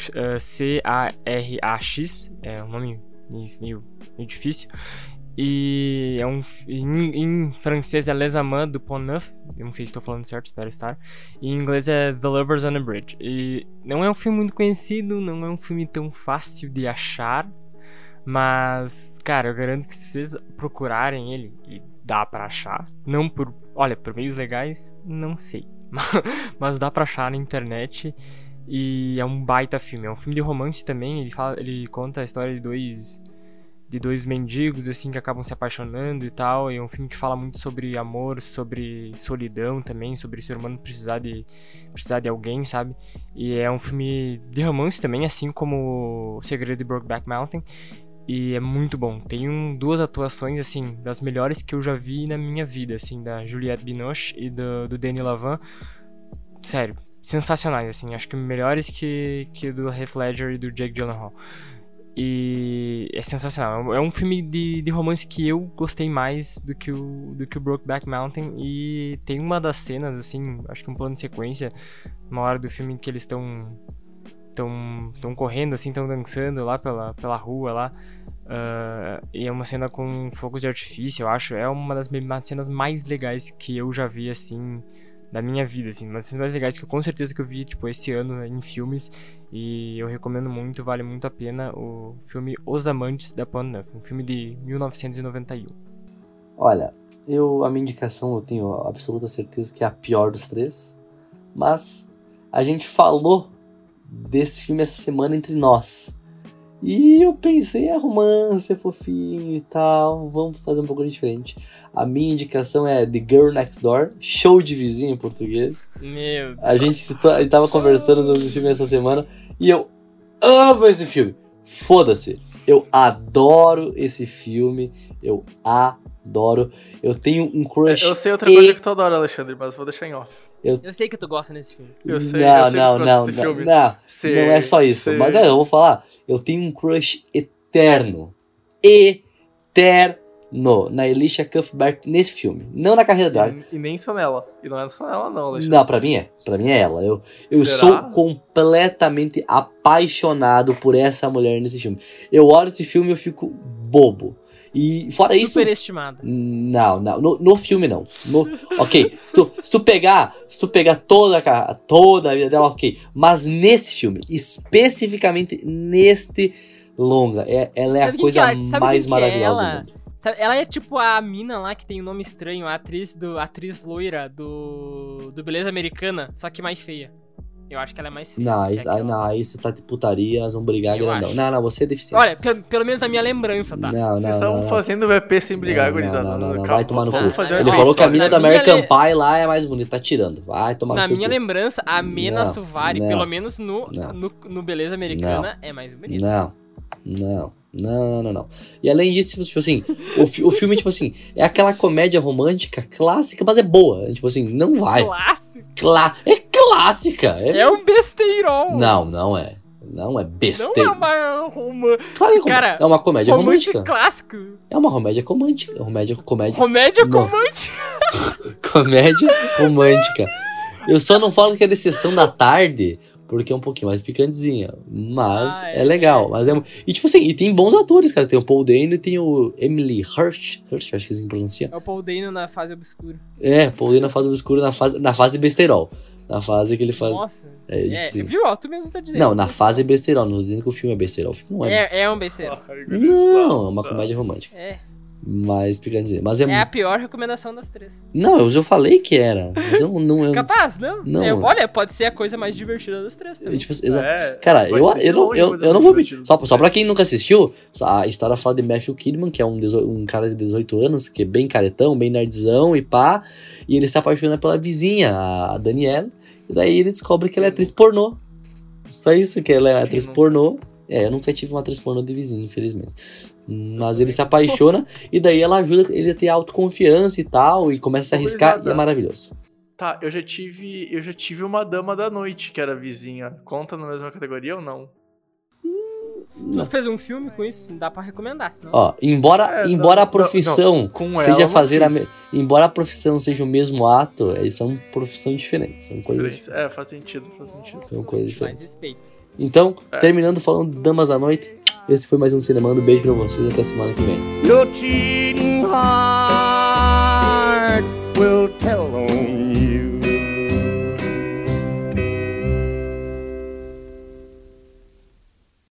Carrax, é um nome meio difícil. E é em francês é Les Amants du Pont-Neuf, eu não sei se estou falando certo, espero estar. E em inglês é The Lovers on the Bridge. E não é um filme muito conhecido, não é um filme tão fácil de achar, mas, cara, eu garanto que se vocês procurarem ele, e dá pra achar, não por meios legais, não sei, mas dá pra achar na internet. E é um baita filme, é um filme de romance também. Ele conta a história de dois mendigos, assim, que acabam se apaixonando e tal. E é um filme que fala muito sobre amor, sobre solidão também, sobre o ser humano precisar de alguém, sabe? E é um filme de romance também, assim como O Segredo de Brokeback Mountain. E é muito bom. Tem duas atuações, assim, das melhores que eu já vi na minha vida, assim, da Juliette Binoche e do Denis Lavant. Sério, sensacionais, assim. Acho que melhores que do Heath Ledger e do Jake Gyllenhaal. E é sensacional. É um filme de romance que eu gostei mais do que o Brokeback Mountain. E tem uma das cenas, assim, acho que um plano de sequência, uma hora do filme em que eles estão correndo, assim, estão dançando lá pela rua lá. E é uma cena com fogos de artifício, eu acho. É uma das cenas mais legais que eu já vi, assim, da minha vida, assim. Uma das cenas mais legais que eu com certeza que eu vi, tipo, esse ano em filmes. E eu recomendo muito, vale muito a pena o filme Os Amantes da Pont Neuf, um filme de 1991. Olha, a minha indicação eu tenho absoluta certeza que é a pior dos três, mas a gente falou desse filme essa semana entre nós. E eu pensei, romance, é fofinho e tal, vamos fazer um pouco diferente. A minha indicação é The Girl Next Door, Show de Vizinho em português. Meu Deus. A gente tava conversando sobre esse filme essa semana e eu amo esse filme. Foda-se. Eu adoro esse filme. Eu adoro. Eu tenho um crush. Eu sei outra coisa que tu adora, Alexandre, mas vou deixar em off. Eu sei que tu gosta desse filme. Eu sei que tu gosta desse filme. Não é só isso. Sei. Mas eu vou falar. Eu tenho um crush eterno na Elisha Cuthbert nesse filme. Não na carreira dela. E nem só nela. E não é só nela, não, Alexandre. Não, pra mim é ela. Eu sou completamente apaixonado por essa mulher nesse filme. Eu olho esse filme e eu fico bobo. E fora isso... Superestimada. Não. No filme, não. Ok. Se tu pegar toda a vida dela, ok. Mas nesse filme, especificamente neste longa, ela é a coisa mais maravilhosa do mundo. Ela é tipo a mina lá que tem um nome estranho, a atriz loira do Beleza Americana, só que mais feia. Eu acho que ela é mais feia. Não, isso tá de putaria, nós vamos brigar grandão. Não, você é deficiente. Olha, pelo menos na minha lembrança, tá? Vocês estão fazendo o EP sem brigar, gurizada. Não, vai tomar no cu. Ele falou que a mina da American Pie lá é mais bonita, tá tirando. Vai tomar no cu. Na minha lembrança, a Mena Suvari, pelo menos no Beleza Americana, é mais bonita. Não. E além disso, tipo assim, o filme, tipo assim, é aquela comédia romântica clássica, mas é boa. Tipo assim, não vai. É clássica. É um besteirol. Não é. Não é besteira. Não é uma Claro, cara, é uma comédia romântica. Clássico. É uma comédia romântica. Comédia romântica. Comédia romântica. Eu só não falo que é da Sessão da Tarde, porque é um pouquinho mais picantezinha. Mas é legal. Mas e tipo assim, e tem bons atores, cara. Tem o Paul Dano e tem o Emily Hirsch, acho que assim pronuncia. É o Paul Dano na fase obscura. Paul Dano na fase obscura, na fase besteirol. Na fase que ele faz. Nossa. Tipo assim, viu? Tu mesmo tá dizendo. Não, na fase besteirol. Não tô dizendo que o filme é besteirol. O filme não é. É um besteirol. Não, é uma comédia romântica. Mas, picantezinha. Mas é a pior recomendação das três. Não, eu já falei que era. Mas eu não. Capaz, não. Olha, pode ser a coisa mais divertida das três também. Tipo, cara, eu não vou mentir. Só pra quem nunca assistiu, a história fala de Matthew Kidman, que é um cara de 18 anos, que é bem caretão, bem nerdzão e pá. E ele se apaixona pela vizinha, a Danielle. E daí ele descobre que ela é atriz pornô. Só isso, que ela é atriz pornô. Eu nunca tive uma atriz pornô de vizinha, infelizmente. Mas ele se apaixona e daí ela ajuda ele a ter autoconfiança e tal, e começa a se arriscar, e é maravilhoso. Tá, eu já tive uma dama da noite que era vizinha. Conta na mesma categoria ou não? Tu fez um filme com isso? Dá pra recomendar, senão... Ó, embora a profissão seja fazer embora a profissão seja o mesmo ato, eles são profissões diferentes. São coisas diferentes. Faz sentido. São coisas diferentes. Mais respeito. Então, terminando falando de Damas da Noite, esse foi mais um Cinemando. Beijo pra vocês, até semana que vem. Your cheating heart will tell